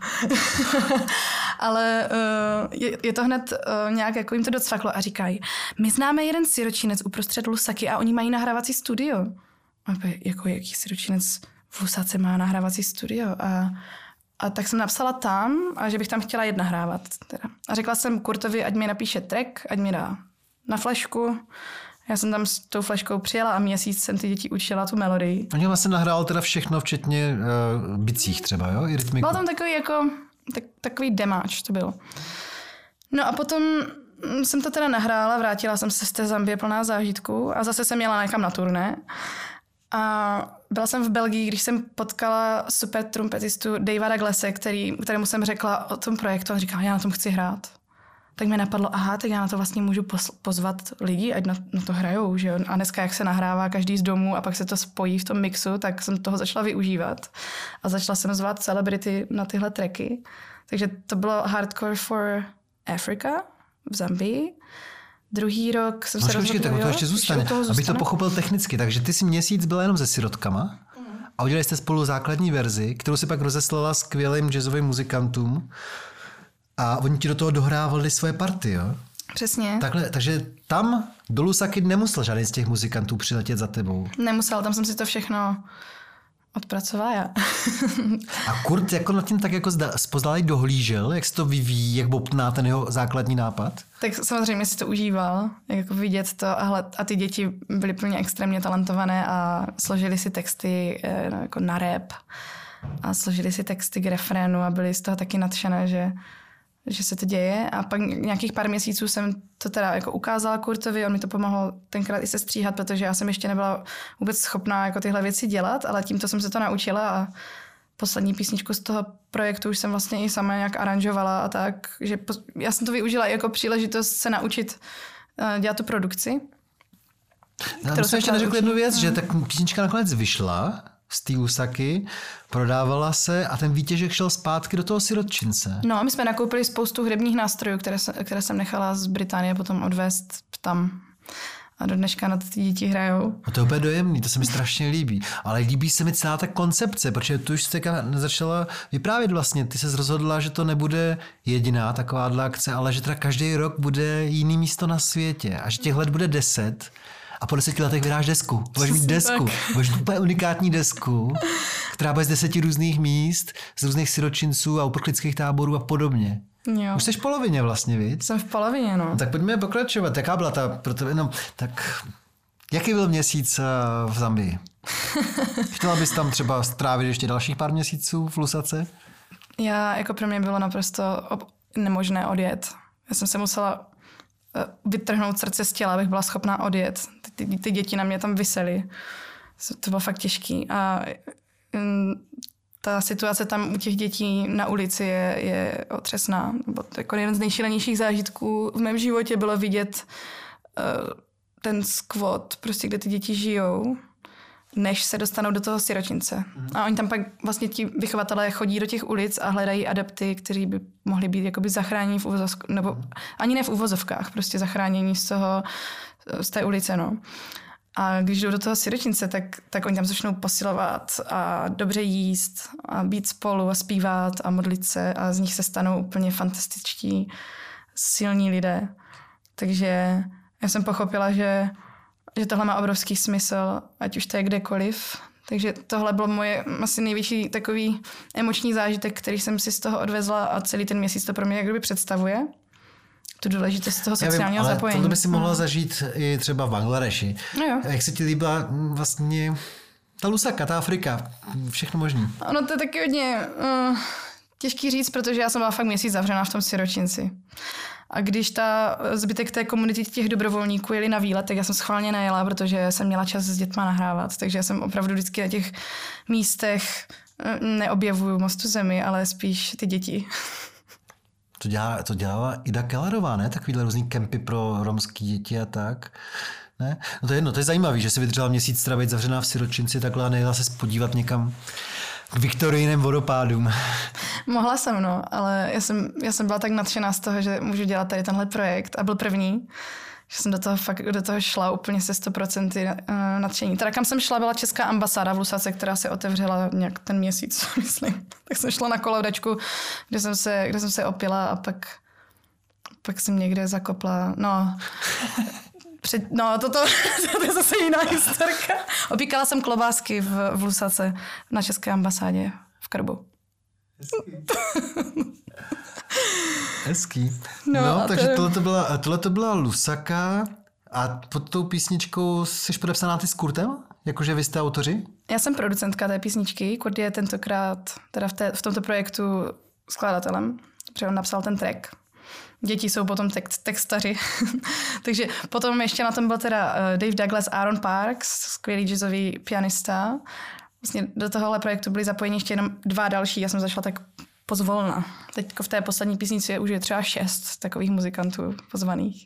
Speaker 3: Ale je to hned nějak, jako jim to docvaklo a říkají, my známe jeden siročinec uprostřed Lusaky a oni mají nahrávací studio. A jako jaký siročinec v Lusace má nahrávací studio? A tak jsem napsala tam, a že bych tam chtěla jít nahrávat. Teda. A řekla jsem Kurtovi, ať mi napíše track, ať mi dá na flešku. Já jsem tam s tou fleškou přijela a měsíc jsem ty děti učila tu melodii.
Speaker 2: Oni vlastně nahrál teda všechno, včetně bicích třeba, jo? I rytmiku.
Speaker 3: Byl tam takový jako, takový demáč to bylo. No a potom jsem to teda nahrála, vrátila jsem se z té Zambie plná zážitků a zase jsem jela někam na turné. A byla jsem v Belgii, když jsem potkala super trumpetistu Davea Douglase, kterému jsem řekla o tom projektu a říkala, já na tom chci hrát. Tak mi napadlo, tak já na to vlastně můžu pozvat lidi, ať na to hrajou. Že jo? A dneska, jak se nahrává každý z domů a pak se to spojí v tom mixu, tak jsem toho začala využívat. A začala jsem zvát celebrity na tyhle tracky. Takže to bylo Hardcore for Africa v Zambii. Druhý rok jsem se rozhodla.
Speaker 2: Tak to ještě zůstane, abych to pochopil technicky. Takže ty jsi měsíc byla jenom se sirotkama a udělali jste spolu základní verzi, kterou si pak rozeslala skvělým jazzovým muzikantům a oni ti do toho dohrávali svoje party, jo?
Speaker 3: Přesně.
Speaker 2: Takhle, takže tam do Lusaky nemusel žádný z těch muzikantů přiletět za tebou.
Speaker 3: Nemusel, tam jsem si to všechno odpracovala já.
Speaker 2: A Kurt jako nad tím tak jako spozdálej dohlížel, jak se to vyvíjí, jak bobtná ten jeho základní nápad?
Speaker 3: Tak samozřejmě si to užíval, jako vidět to a ty děti byly plně extrémně talentované a složili si texty jako na rap a složili si texty k refrénu a byli z toho taky nadšené, že se to děje. A pak nějakých pár měsíců jsem to teda jako ukázala Kurtovi, on mi to pomohl tenkrát i se stříhat, protože já jsem ještě nebyla vůbec schopná jako tyhle věci dělat, ale tímto jsem se to naučila a poslední písničku z toho projektu už jsem vlastně i sama nějak aranžovala a tak, že já jsem to využila jako příležitost se naučit dělat tu produkci.
Speaker 2: My jsme ještě neřekli jednu věc, že tak písnička nakonec vyšla z té Lusaky, prodávala se a ten výtěžek šel zpátky do toho sirotčince.
Speaker 3: No a my jsme nakoupili spoustu hudebních nástrojů, které jsem nechala z Británie potom odvést tam. A do dneška na ty děti hrajou.
Speaker 2: A to je úplně dojemný, to se mi strašně líbí. Ale líbí se mi celá ta koncepce, protože tu už jste začala vyprávět vlastně. Ty se rozhodla, že to nebude jediná taková akce, ale že teda každý rok bude jiný místo na světě a že těch let bude 10 a po 10 letech vydáš desku. Budeš mít desku. Budeš mít úplně unikátní desku, která bude z 10 různých míst, z různých siročinců a uprchlických táborů a podobně.
Speaker 3: Jo.
Speaker 2: Už jsi v polovině vlastně, viď?
Speaker 3: Jsem v polovině, no.
Speaker 2: Tak pojďme pokračovat. Jaká byla ta pro tebe? No, tak jaký byl měsíc v Zambii? Chtěla bys tam třeba strávit ještě dalších pár měsíců v Lusace?
Speaker 3: Jako pro mě bylo naprosto nemožné odjet. Já jsem se musela vytrhnout srdce z těla, abych byla schopná odjet. Ty děti na mě tam visely. To bylo fakt těžký. A ta situace tam u těch dětí na ulici je otřesná. Jako jeden z nejšílenějších zážitků v mém životě bylo vidět ten skvot, prostě kde ty děti žijou, než se dostanou do toho siročince. A oni tam pak vlastně ti vychovatelé chodí do těch ulic a hledají adepty, kteří by mohli být jakoby zachráněni v uvozovkách, nebo ani ne v uvozovkách, prostě zachránění z té ulice, no. A když jdou do toho siročince, tak oni tam začnou posilovat a dobře jíst a být spolu a zpívat a modlit se a z nich se stanou úplně fantastičtí, silní lidé. Takže já jsem pochopila, že tohle má obrovský smysl, ať už to je kdekoliv. Takže tohle byl moje asi největší takový emoční zážitek, který jsem si z toho odvezla a celý ten měsíc to pro mě jak kdyby představuje. Tu důležitost toho sociálního zapojení.
Speaker 2: Ale tohle by si mohla zažít i třeba v Bangladeši.
Speaker 3: No
Speaker 2: jak se ti líbila vlastně ta Lusaka, ta Afrika, všechno možný?
Speaker 3: Ono to je taky hodně těžký říct, protože já jsem byla fakt měsíc zavřená v tom siročinci. A když zbytek té komunity těch dobrovolníků jeli na výlet, tak já jsem schválně nejela, protože jsem měla čas s dětma nahrávat. Takže já jsem opravdu vždycky na těch místech neobjevuju moc tu zemi, ale spíš ty děti.
Speaker 2: To dělala Ida Kellerová, ne? Takovýhle různý kempy pro romský děti a tak. Ne? No to je jedno, to je zajímavý, že si vydržela měsíc strávit zavřená v siročinci takhle a nejela se podívat někam k Viktorijiným vodopádům.
Speaker 3: Mohla jsem, no, ale já jsem byla tak nadšená z toho, že můžu dělat tady tenhle projekt a byl první, že jsem do toho šla úplně se 100% nadšení. Teda kam jsem šla, byla česká ambasáda v Lusace, která se otevřela nějak ten měsíc, myslím. Tak jsem šla na kolaudačku, kde jsem se opila a pak jsem někde zakopla, toto je zase jiná historka. Opíkala jsem klobásky v Lusace na české ambasádě v Krbu.
Speaker 2: Hezký. No takže tohle to byla Lusaka a pod tou písničkou jsi podepsaná ty s Kurtem? Jakože vy jste autoři?
Speaker 3: Já jsem producentka té písničky. Kurt je tentokrát teda v tomto projektu skladatelem, protože on napsal ten track. Děti jsou potom textaři. Takže potom ještě na tom byl teda Dave Douglas, Aaron Parks, skvělý jazzový pianista. Vlastně do tohohle projektu byli zapojeni ještě jenom 2 další. Já jsem zašla tak pozvolna. Teď v té poslední písnici už je třeba 6 takových muzikantů pozvaných.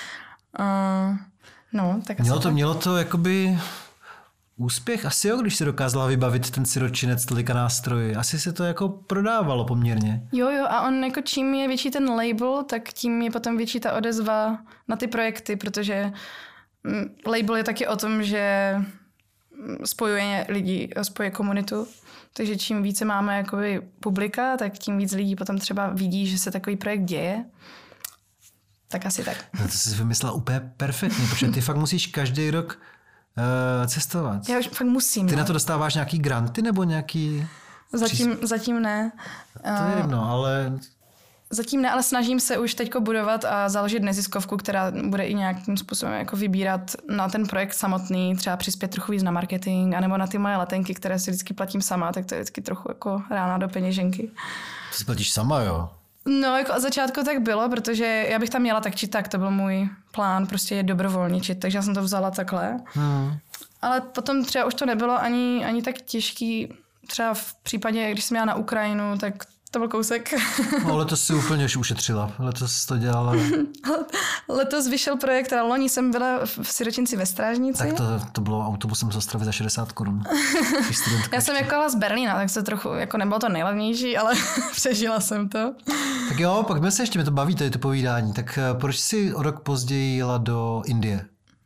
Speaker 3: Tak
Speaker 2: mělo to jakoby úspěch? Asi jo, když si dokázala vybavit ten siročinec tolika nástrojů. Asi se to jako prodávalo poměrně.
Speaker 3: Jo, a on jako čím je větší ten label, tak tím je potom větší ta odezva na ty projekty, protože label je taky o tom, že spojuje lidi, spojuje komunitu. Takže čím více máme jakoby publika, tak tím víc lidí potom třeba vidí, že se takový projekt děje. Tak asi tak.
Speaker 2: No to jsi vymyslela úplně perfektně, protože ty fakt musíš každý rok cestovat.
Speaker 3: Já už fakt musím.
Speaker 2: Ty na to dostáváš nějaký granty nebo nějaký...
Speaker 3: Zatím ne.
Speaker 2: To je jedno, ale...
Speaker 3: Zatím ne, ale snažím se už teďko budovat a založit neziskovku, která bude i nějakým způsobem jako vybírat na ten projekt samotný, třeba přispět trochu víc na marketing, anebo na ty moje letenky, které si vždycky platím sama, tak to je vždycky trochu jako rána do peněženky.
Speaker 2: To si platíš sama, jo?
Speaker 3: No, jako od začátku tak bylo, protože já bych tam měla tak či tak, to byl můj plán, prostě je dobrovolničit, takže já jsem to vzala takhle. Ale potom třeba už to nebylo ani tak těžký, třeba v případě, když jsem jela na Ukrajinu, tak to byl kousek.
Speaker 2: No, letos si úplně ušetřila. Letos to dělala.
Speaker 3: Letos vyšel projekt, ale loni jsem byla v Siročinci ve Strážnici.
Speaker 2: Tak to bylo autobusem z Ostravy za 60 korun.
Speaker 3: Já jsem jako z Berlína, tak se trochu, jako nebylo to nejlevnější, ale přežila jsem to.
Speaker 2: Tak jo, pak mě to baví, tady to povídání. Tak proč jsi o rok později jela do Indie?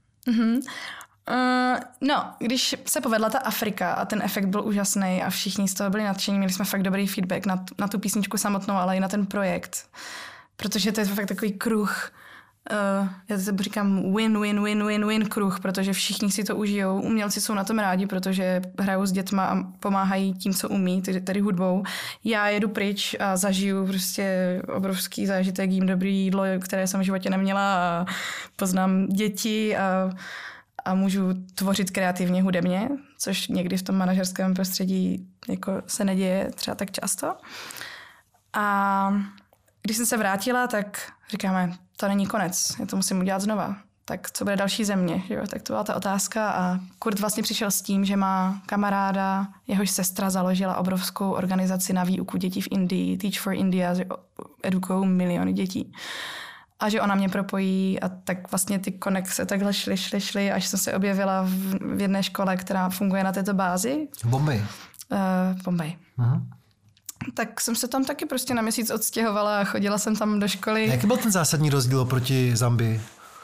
Speaker 3: No, když se povedla ta Afrika a ten efekt byl úžasný a všichni z toho byli nadšení, měli jsme fakt dobrý feedback na tu písničku samotnou, ale i na ten projekt. Protože to je fakt takový kruh, já to říkám win kruh, protože všichni si to užijou. Umělci jsou na tom rádi, protože hrajou s dětma a pomáhají tím, co umí, tedy hudbou. Já jedu pryč a zažiju prostě obrovský zážitek, jím dobrý jídlo, které jsem v životě neměla a poznám děti a můžu tvořit kreativně hudebně, což někdy v tom manažerském prostředí jako se neděje třeba tak často. A když jsem se vrátila, tak říkáme, to není konec, já to musím udělat znova. Tak co bude další země? Jo? Tak to byla ta otázka a Kurt vlastně přišel s tím, že má kamaráda, jehož sestra založila obrovskou organizaci na výuku dětí v Indii, Teach for India, edukují miliony dětí. A že ona mě propojí a tak vlastně ty konexe takhle šly, až jsem se objevila v jedné škole, která funguje na této bázi.
Speaker 2: V Bombaji?
Speaker 3: V Bombaji. Tak jsem se tam taky prostě na měsíc odstěhovala a chodila jsem tam do školy.
Speaker 2: A jaký byl ten zásadní rozdíl oproti Zambii?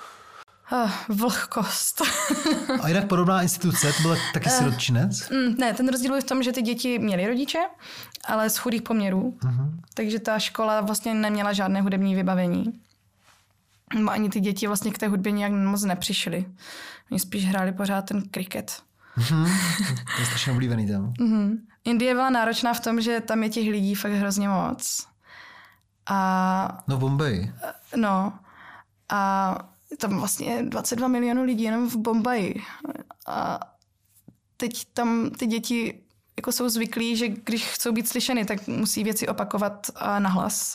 Speaker 3: Vlhkost.
Speaker 2: A jinak podobná instituce, to byl taky sirotčinec?
Speaker 3: Ne, ten rozdíl byl v tom, že ty děti měly rodiče, ale z chudých poměrů. Takže ta škola vlastně neměla žádné hudební vybavení. Ani ty děti vlastně k té hudbě nějak moc nepřišly. Oni spíš hráli pořád ten kriket.
Speaker 2: To je strašně oblíbený tam.
Speaker 3: Indie byla náročná v tom, že tam je těch lidí fakt hrozně moc.
Speaker 2: No v Bombaji.
Speaker 3: No. A tam vlastně 22 milionů lidí jenom v Bombaji. A teď tam ty děti jako jsou zvyklí, že když chcou být slyšeny, tak musí věci opakovat nahlas.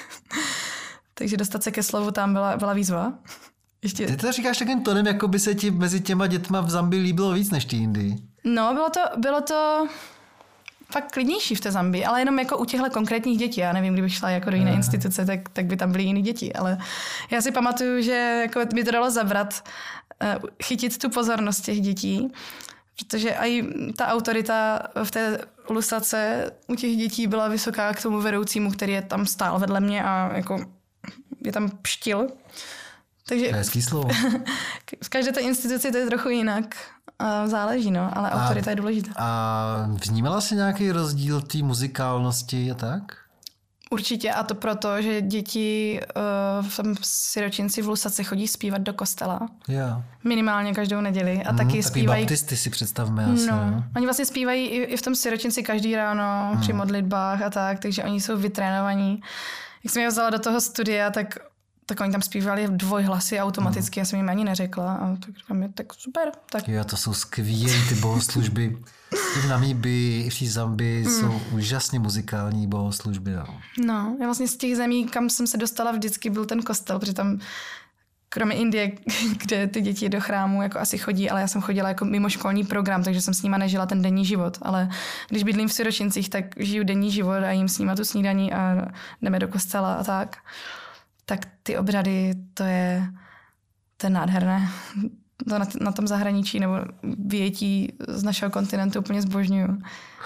Speaker 3: Takže dostat se ke slovu tam byla výzva. Ještě...
Speaker 2: Ty to říkáš takým tónem, jako by se ti mezi těma dětma v Zambii líbilo víc než ty Indii.
Speaker 3: No, bylo to fakt klidnější v té Zambii, ale jenom jako u těchto konkrétních dětí. Já nevím, kdybych šla jako do jiné instituce, tak by tam byly jiné děti. Ale já si pamatuju, že jako mi to dalo zabrat, chytit tu pozornost těch dětí, protože i ta autorita v té lusace u těch dětí byla vysoká k tomu vedoucímu, který je tam stál vedle mě a jako je tam pštil. Takže
Speaker 2: hezký slovo.
Speaker 3: v každé té instituci to je trochu jinak. Záleží, no, ale autorita je důležitá.
Speaker 2: A vnímala jsi nějaký rozdíl té muzikálnosti a tak?
Speaker 3: Určitě, a to proto, že děti v tom Siročinci v Lusaci chodí zpívat do kostela.
Speaker 2: Yeah.
Speaker 3: Minimálně každou neděli. A taky zpívají...
Speaker 2: baptisty si představme asi.
Speaker 3: No. Oni vlastně zpívají i v tom Siročinci každý ráno při modlitbách a tak, takže oni jsou vytrénovaní. Jak jsem je vzala do toho studia, tak oni tam zpívali dvojhlasy automaticky, já jsem jim ani neřekla. A tak říkám, tak super. Tak.
Speaker 2: Jo, to jsou skvělé ty bohoslužby. I v Namíbii, i v Zambii jsou úžasně muzikální bohoslužby.
Speaker 3: No, já vlastně z těch zemí, kam jsem se dostala, vždycky byl ten kostel, protože tam kromě Indie, kde ty děti do chrámu jako asi chodí, ale já jsem chodila jako mimoškolní program, takže jsem s nima nežila ten denní život. Ale když bydlím v Siročincích, tak žiju denní život a jim s nima tu snídaní a jdeme do kostela a tak. Tak ty obřady, to je nádherné. To na tom zahraničí nebo vyjetí z našeho kontinentu úplně zbožňuju.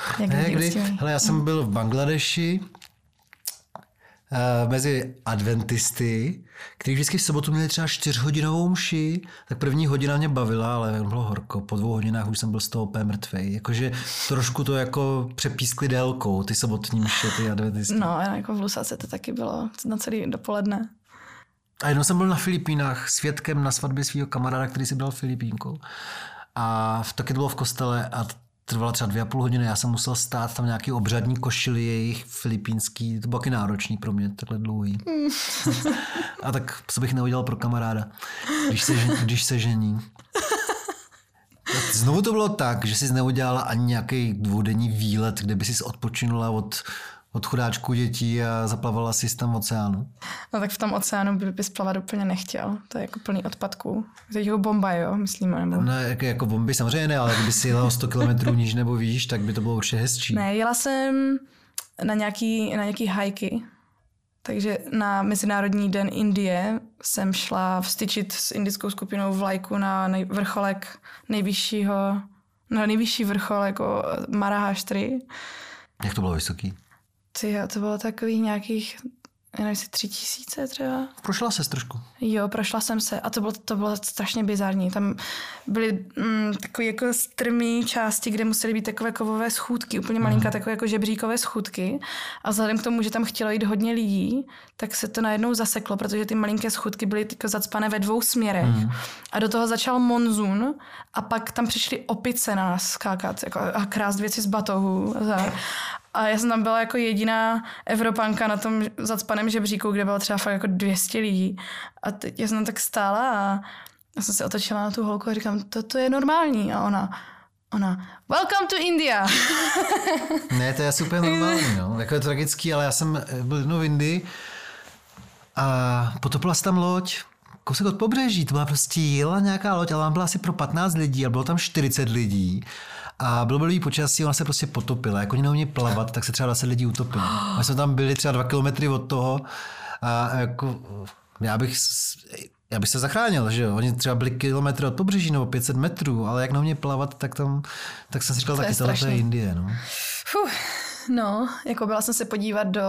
Speaker 2: Já jsem byl v Bangladeši mezi adventisty, kteří vždycky v sobotu měli třeba 4hodinovou mši, tak první hodina mě bavila, ale bylo horko. Po 2 hodinách už jsem byl z toho úplně mrtvej. Jakože trošku to jako přepískli délkou, ty sobotní mše, ty adventisty.
Speaker 3: No, jako v Lusace to taky bylo na celý dopoledne.
Speaker 2: A jednou jsem byl na Filipínách svědkem na svatbě svého kamaráda, který si byl Filipínkou. a taky to bylo v kostele a trvala třeba 2,5 hodiny. Já jsem musel stát tam nějaký obřadní košily jejich filipínský, to bylo taky náročný pro mě, takhle dlouhý. A tak co bych neudělal pro kamaráda, když se žení. Znovu to bylo tak, že jsi neudělala ani nějaký dvoudenní výlet, kde by jsi odpočinula od chudáčků dětí a zaplavala si tam v oceánu.
Speaker 3: No tak v tom oceánu bys plavat úplně nechtěl. To je jako plný odpadků. Teď ho bomba, jo, myslíme. Nebo...
Speaker 2: No, jako bomby samozřejmě ne, ale kdyby si jela o 100 kilometrů níž nebo výš, tak by to bylo určitě hezčí.
Speaker 3: Ne, jela jsem na nějaký hajky. Takže na Mezinárodní den Indie jsem šla vstyčit s indickou skupinou vlajku na nejvyšší vrchol jako Maharashtra.
Speaker 2: Jak to bylo vysoký?
Speaker 3: To bylo takových nějakých, já nevím, 3000 třeba.
Speaker 2: Prošla ses trošku.
Speaker 3: Jo, prošla jsem se a to bylo strašně bizarní. Tam byly takové jako strmý části, kde musely být takové kovové schůdky, úplně malinká takové jako žebříkové schůdky. A vzhledem k tomu, že tam chtělo jít hodně lidí, tak se to najednou zaseklo, protože ty malinké schůdky byly jako zacpané ve 2 směrech. A do toho začal monzun a pak tam přišly opice na nás skákat jako, a krást věci z batohu. A já jsem tam byla jako jediná Evropanka na tom zacpaném žebříku, kde bylo třeba fakt jako 200 lidí. A teď já jsem tam tak stála a já jsem se otočila na tu holku a říkám, to je normální. A ona, welcome to India.
Speaker 2: Ne, to je asi úplně normální, no. Jako je to tragický, ale já jsem byl jednou v Indii a potopila se tam loď. Kousek od pobřeží, to byla prostě jela nějaká loď, ale tam byla asi pro 15 lidí a bylo tam 40 lidí. A bylo blbý počasí, ona se prostě potopila. Jak oni neumějí plavat, tak se třeba 20 lidí utopilo. My jsme tam byli třeba 2 kilometry od toho a jako já bych se zachránil, že jo. Oni třeba byli kilometry od pobřeží nebo 500 metrů, ale jak neumějí plavat, tak jsem si říkal, taky tohle je Indie, no.
Speaker 3: No, jako byla jsem se podívat do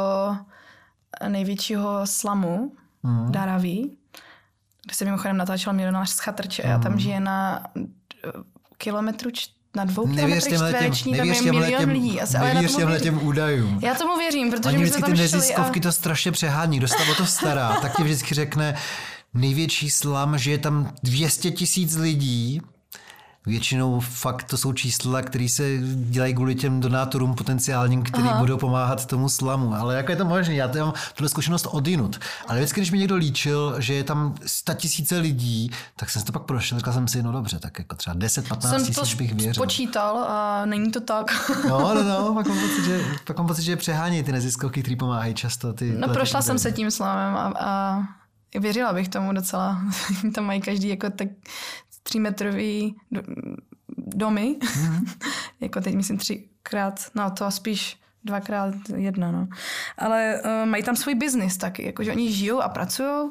Speaker 3: největšího slamu, Dharavi, kde se mimochodem natáčel milionář z chatrče a tam žije na kilometru na 2 kilometrech čtvereční, tam je milion lidí.
Speaker 2: Nevěř těm údajům.
Speaker 3: Já tomu věřím, protože
Speaker 2: my
Speaker 3: jsme tam
Speaker 2: ty
Speaker 3: šli
Speaker 2: neziskovky to strašně přehání. Kdo se tam o to stará, tak ti vždycky řekne největší slam, že je tam 200 000 lidí. Většinou fakt to jsou čísla, které se dělají kvůli těm donátorům potenciálním, který budou pomáhat tomu slamu. Ale jako je to možné? Já mám tuhle zkušenost odinut. Ale vždycky, když mi někdo líčil, že je tam 100 000 lidí, tak jsem si to pak prošel. Říkal jsem si, no dobře, tak jako třeba 10-15 000 bych věřil.
Speaker 3: Počítal a není to tak.
Speaker 2: No, pak mám pocit, že přehání ty neziskovky, které pomáhají často.
Speaker 3: Prošla jsem se tím slamem a věřila bych tomu docela. Tam mají každý jako tak 3metrový domy. Jako teď myslím 3x, no to spíš 2x1, no. Ale mají tam svůj biznis taky, jakože oni žijou a pracují.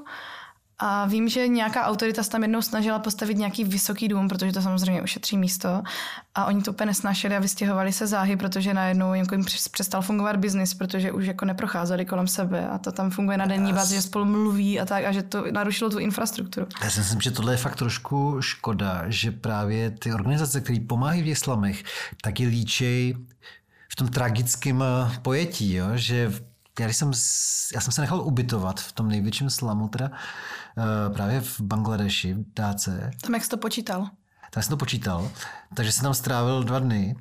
Speaker 3: A vím, že nějaká autorita se tam jednou snažila postavit nějaký vysoký dům, protože to samozřejmě ušetří místo. A oni to úplně nesnášeli a vystěhovali se záhy, protože najednou jim přestal fungovat biznis, protože už jako neprocházeli kolem sebe. A to tam funguje na denní bázi, že spolu mluví a tak, a že to narušilo tu infrastrukturu.
Speaker 2: Já si myslím, že tohle je fakt trošku škoda, že právě ty organizace, které pomáhají v těch slamech, taky líčej v tom tragickém pojetí, jo? Že já jsem se nechal ubytovat v tom největším slamu, teda právě v Bangladeši, v Dáce.
Speaker 3: Tam jak jsi to počítal?
Speaker 2: Tak jsem to počítal, takže jsem tam strávil 2 dny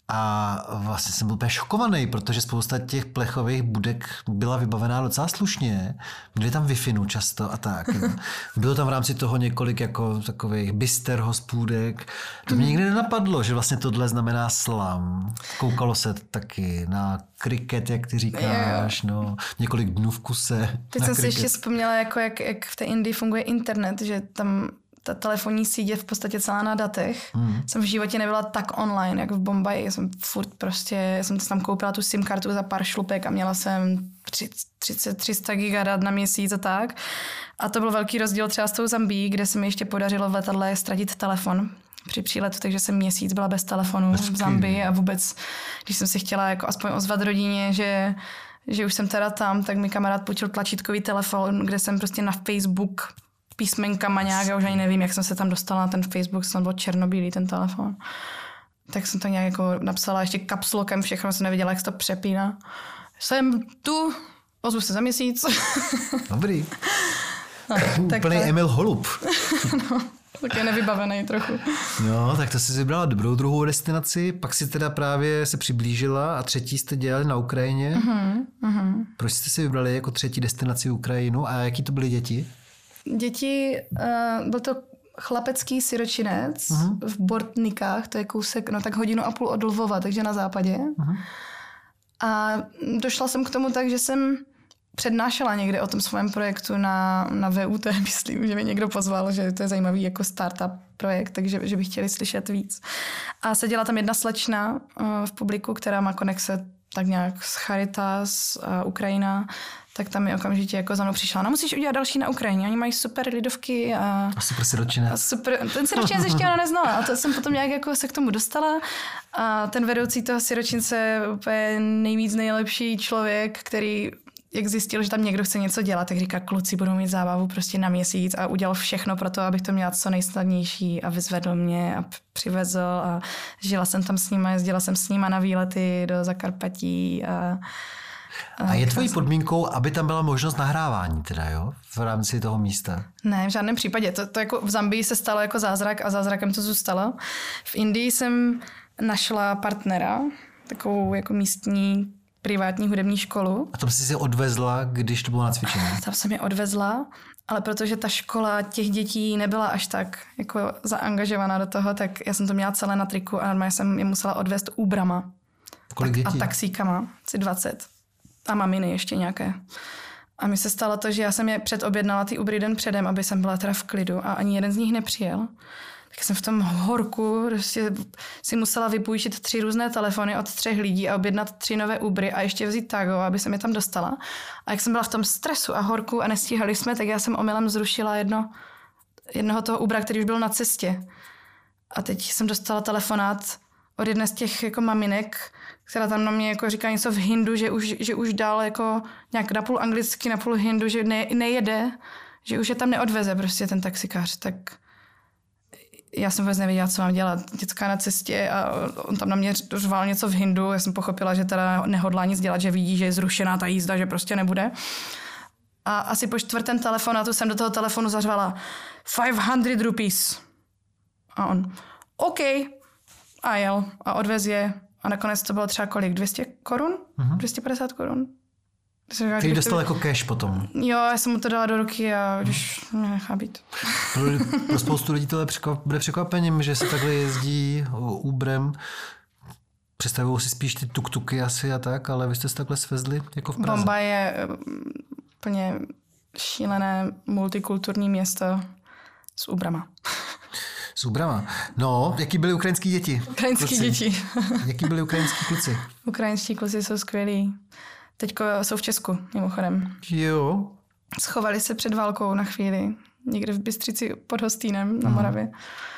Speaker 2: a vlastně jsem byl úplně šokovaný, protože spousta těch plechových budek byla vybavená docela slušně. Byly tam Wi-Fi často a tak. Bylo tam v rámci toho několik jako takových bister, hospůdek. To mě nikdy nenapadlo, že vlastně tohle znamená slam. Koukalo se taky na kriket, jak ty říkáš, no, několik dnů v kuse.
Speaker 3: Teď jsem si ještě vzpomněla, jako jak v té Indii funguje internet, že tam ta telefonní síť je v podstatě celá na datech. Jsem v životě nebyla tak online, jak v Bombaji. Já jsem tam koupila tu SIM kartu za pár šlupek a měla jsem 300 giga na měsíc a tak. A to byl velký rozdíl třeba s tou Zambií, kde se mi ještě podařilo v letadle ztratit telefon při příletu, takže jsem měsíc byla bez telefonu v Zambii a vůbec, když jsem si chtěla jako aspoň ozvat rodině, že už jsem teda tam, tak mi kamarád půjčil tlačítkový telefon, kde jsem prostě na Facebook písmenkama nějak, já už ani nevím, jak jsem se tam dostala na ten Facebook, jsem byl černobílý ten telefon. Tak jsem to nějak jako napsala ještě kapslokem, všechno jsem neviděla, jak se to přepíná. Jsem tu, ozvu se za měsíc.
Speaker 2: Dobrý.
Speaker 3: No,
Speaker 2: Úplný Emil Holub.
Speaker 3: No. Tak je nevybavený trochu.
Speaker 2: No, tak to jsi vybrala dobrou druhou destinaci, pak si teda právě se přiblížila a třetí jste dělali na Ukrajině. Proč jste si vybrali jako třetí destinaci Ukrajinu a jaký to byly děti?
Speaker 3: Děti, byl to chlapecký siročinec v Bortnikách, to je kousek, no tak 1,5 hodiny od Lvova, takže na západě. A došla jsem k tomu tak, že jsem přednášela někde o tom svém projektu na VUT, myslím, že mě někdo pozval, že to je zajímavý jako startup projekt, takže že by chtěli slyšet víc. A seděla tam jedna slečna v publiku, která má konexe tak nějak s Charitas a Ukrajina, tak tam mi okamžitě jako za mnou přišla. No musíš udělat další na Ukrajině, oni mají super lidovky a
Speaker 2: super siročinec.
Speaker 3: Ten siročinec ještě ona neznala a to jsem potom nějak jako se k tomu dostala a ten vedoucí toho siročince je úplně nejlepší člověk, který jak zjistil, že tam někdo chce něco dělat, tak říká, kluci budou mít zábavu prostě na měsíc a udělal všechno pro to, abych to měla co nejsnadnější a vyzvedl mě a přivezl a žila jsem tam s nima, jezdila jsem s nima na výlety do Zakarpatí.
Speaker 2: A je tvojí podmínkou, aby tam byla možnost nahrávání teda, jo? V rámci toho místa?
Speaker 3: Ne, v žádném případě. To jako v Zambii se stalo jako zázrak a zázrakem to zůstalo. V Indii jsem našla partnera, takovou jako místní privátní hudební školu.
Speaker 2: A tam jsi si odvezla, když to bylo na cvičení?
Speaker 3: Tam jsem je odvezla, ale protože ta škola těch dětí nebyla až tak jako zaangažovaná do toho, tak já jsem to měla celé na triku a normálně jsem je musela odvést Ubrama.
Speaker 2: Kolik dětí?
Speaker 3: A taxíkama, asi 20. A maminy ještě nějaké. A mi se stalo to, že já jsem je předobjednala ty Ubry den předem, aby jsem byla teda v klidu a ani jeden z nich nepřijel. Tak jsem v tom horku prostě si musela vypůjčit 3 různé telefony od 3 lidí a objednat 3 nové Ubry a ještě vzít tago, aby jsem je tam dostala. A jak jsem byla v tom stresu a horku a nestíhali jsme, tak já jsem omylem zrušila jednoho toho Ubra, který už byl na cestě. A teď jsem dostala telefonát od jedné z těch jako maminek, která tam na mě jako říká něco v hindu, že už dál jako nějak napůl anglicky, napůl hindu, že nejede, že už je tam neodveze prostě ten taxikář. Tak já jsem vůbec nevěděla, co mám dělat. Dětská na cestě a on tam na mě řval něco v hindu. Já jsem pochopila, že teda nehodlá nic dělat, že vidí, že je zrušená ta jízda, že prostě nebude. A asi po 4. telefonátu jsem do toho telefonu zařvala 500 rupees. A on, OK. A jel a odvez je. A nakonec to bylo třeba kolik? 200 korun? 250 korun?
Speaker 2: Který dostal jako cash potom.
Speaker 3: Jo, já jsem mu to dala do ruky a už mě nechá být.
Speaker 2: Pro spoustu lidí to bude překvapením, že se takhle jezdí Uberem. Představují si spíš ty tuk-tuky asi a tak, ale vy jste se takhle svezli jako v Praze.
Speaker 3: Bombaj je úplně šílené multikulturní město s Ubrama.
Speaker 2: S Ubrama. No, jaký byly ukrajinský děti?
Speaker 3: Ukrajinský děti.
Speaker 2: Jaký byli ukrajinský kluci?
Speaker 3: Ukrajinští kluci jsou skvělí. Teďko jsou v Česku, mimochodem.
Speaker 2: Jo.
Speaker 3: Schovali se před válkou na chvíli. Někde v Bystřici pod Hostýnem na Moravě.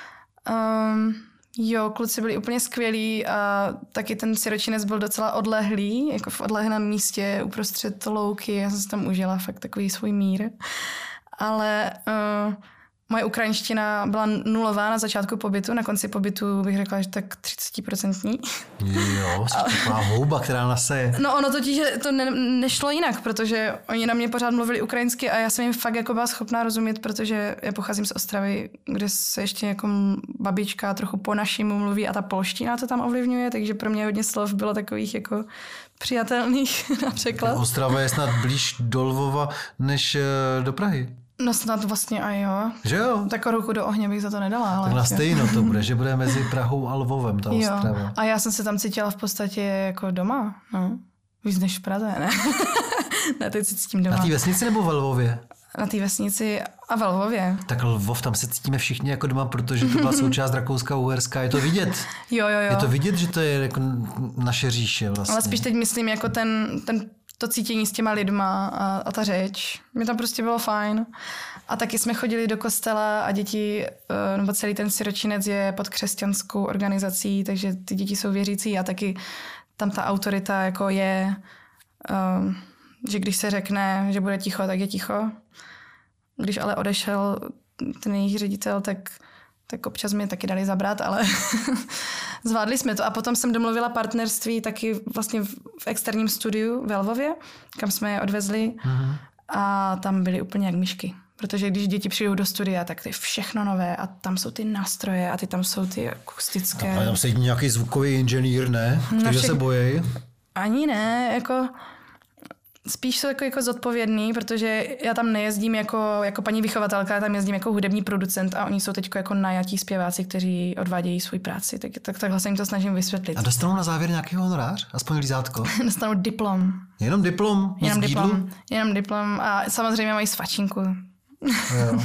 Speaker 3: Jo, kluci byli úplně skvělí a taky ten siročinec byl docela odlehlý, jako v odlehlém místě uprostřed louky. Já jsem si tam užila fakt takový svůj mír. Ale moje ukrajinština byla nulová na začátku pobytu, na konci pobytu bych řekla, že tak 30%.
Speaker 2: Jo, taková houba, která naseje.
Speaker 3: No ono totiž, že to nešlo jinak, protože oni na mě pořád mluvili ukrajinsky a já jsem jim fakt jako byla schopná rozumět, protože já pocházím z Ostravy, kde se ještě jako babička trochu po našimu mluví a ta polština to tam ovlivňuje, takže pro mě hodně slov bylo takových jako přijatelných na překlad.
Speaker 2: Ostrava je snad blíž do Lvova než do Prahy.
Speaker 3: No snad vlastně a jo.
Speaker 2: Že jo?
Speaker 3: Tak ruku do ohně bych za to nedala. Ale
Speaker 2: tak na stejno to bude, že bude mezi Prahou a Lvovem ta Ostrava.
Speaker 3: Jo. A já jsem se tam cítila v podstatě jako doma. No. Víc než v Praze, ne? Ne, teď se cítím doma.
Speaker 2: Na té vesnici nebo ve Lvově?
Speaker 3: Na té vesnici a ve Lvově.
Speaker 2: Tak Lvov, tam se cítíme všichni jako doma, protože to byla součást Rakouska-Uherska. Je to vidět.
Speaker 3: Jo.
Speaker 2: Je to vidět, že to je jako naše říše vlastně.
Speaker 3: Ale spíš teď myslím jako to cítění s těma lidma a ta řeč. Mě tam prostě bylo fajn. A taky jsme chodili do kostela a děti, nebo celý ten siročinec je pod křesťanskou organizací, takže ty děti jsou věřící a taky tam ta autorita jako je, že když se řekne, že bude ticho, tak je ticho. Když ale odešel ten jejich ředitel, tak občas mě taky dali zabrat, ale zvládli jsme to. A potom jsem domluvila partnerství taky vlastně v externím studiu ve Lvově, kam jsme je odvezli a tam byli úplně jak myšky. Protože když děti přijdou do studia, tak to je všechno nové a tam jsou ty nástroje a ty tam jsou ty akustické.
Speaker 2: A tam sedí nějaký zvukový inženýr, ne? Takže se bojí.
Speaker 3: Ani ne, jako spíš jsou jako zodpovědný, protože já tam nejezdím jako paní vychovatelka, já tam jezdím jako hudební producent a oni jsou teď jako najatí zpěváci, kteří odvádějí svou práci. Takhle se jim to snažím vysvětlit.
Speaker 2: A dostanou na závěr nějaký honorář? Aspoň lízátko?
Speaker 3: Dostanou diplom.
Speaker 2: Jenom diplom?
Speaker 3: Jenom diplom a samozřejmě mají svačinku.
Speaker 2: Jo.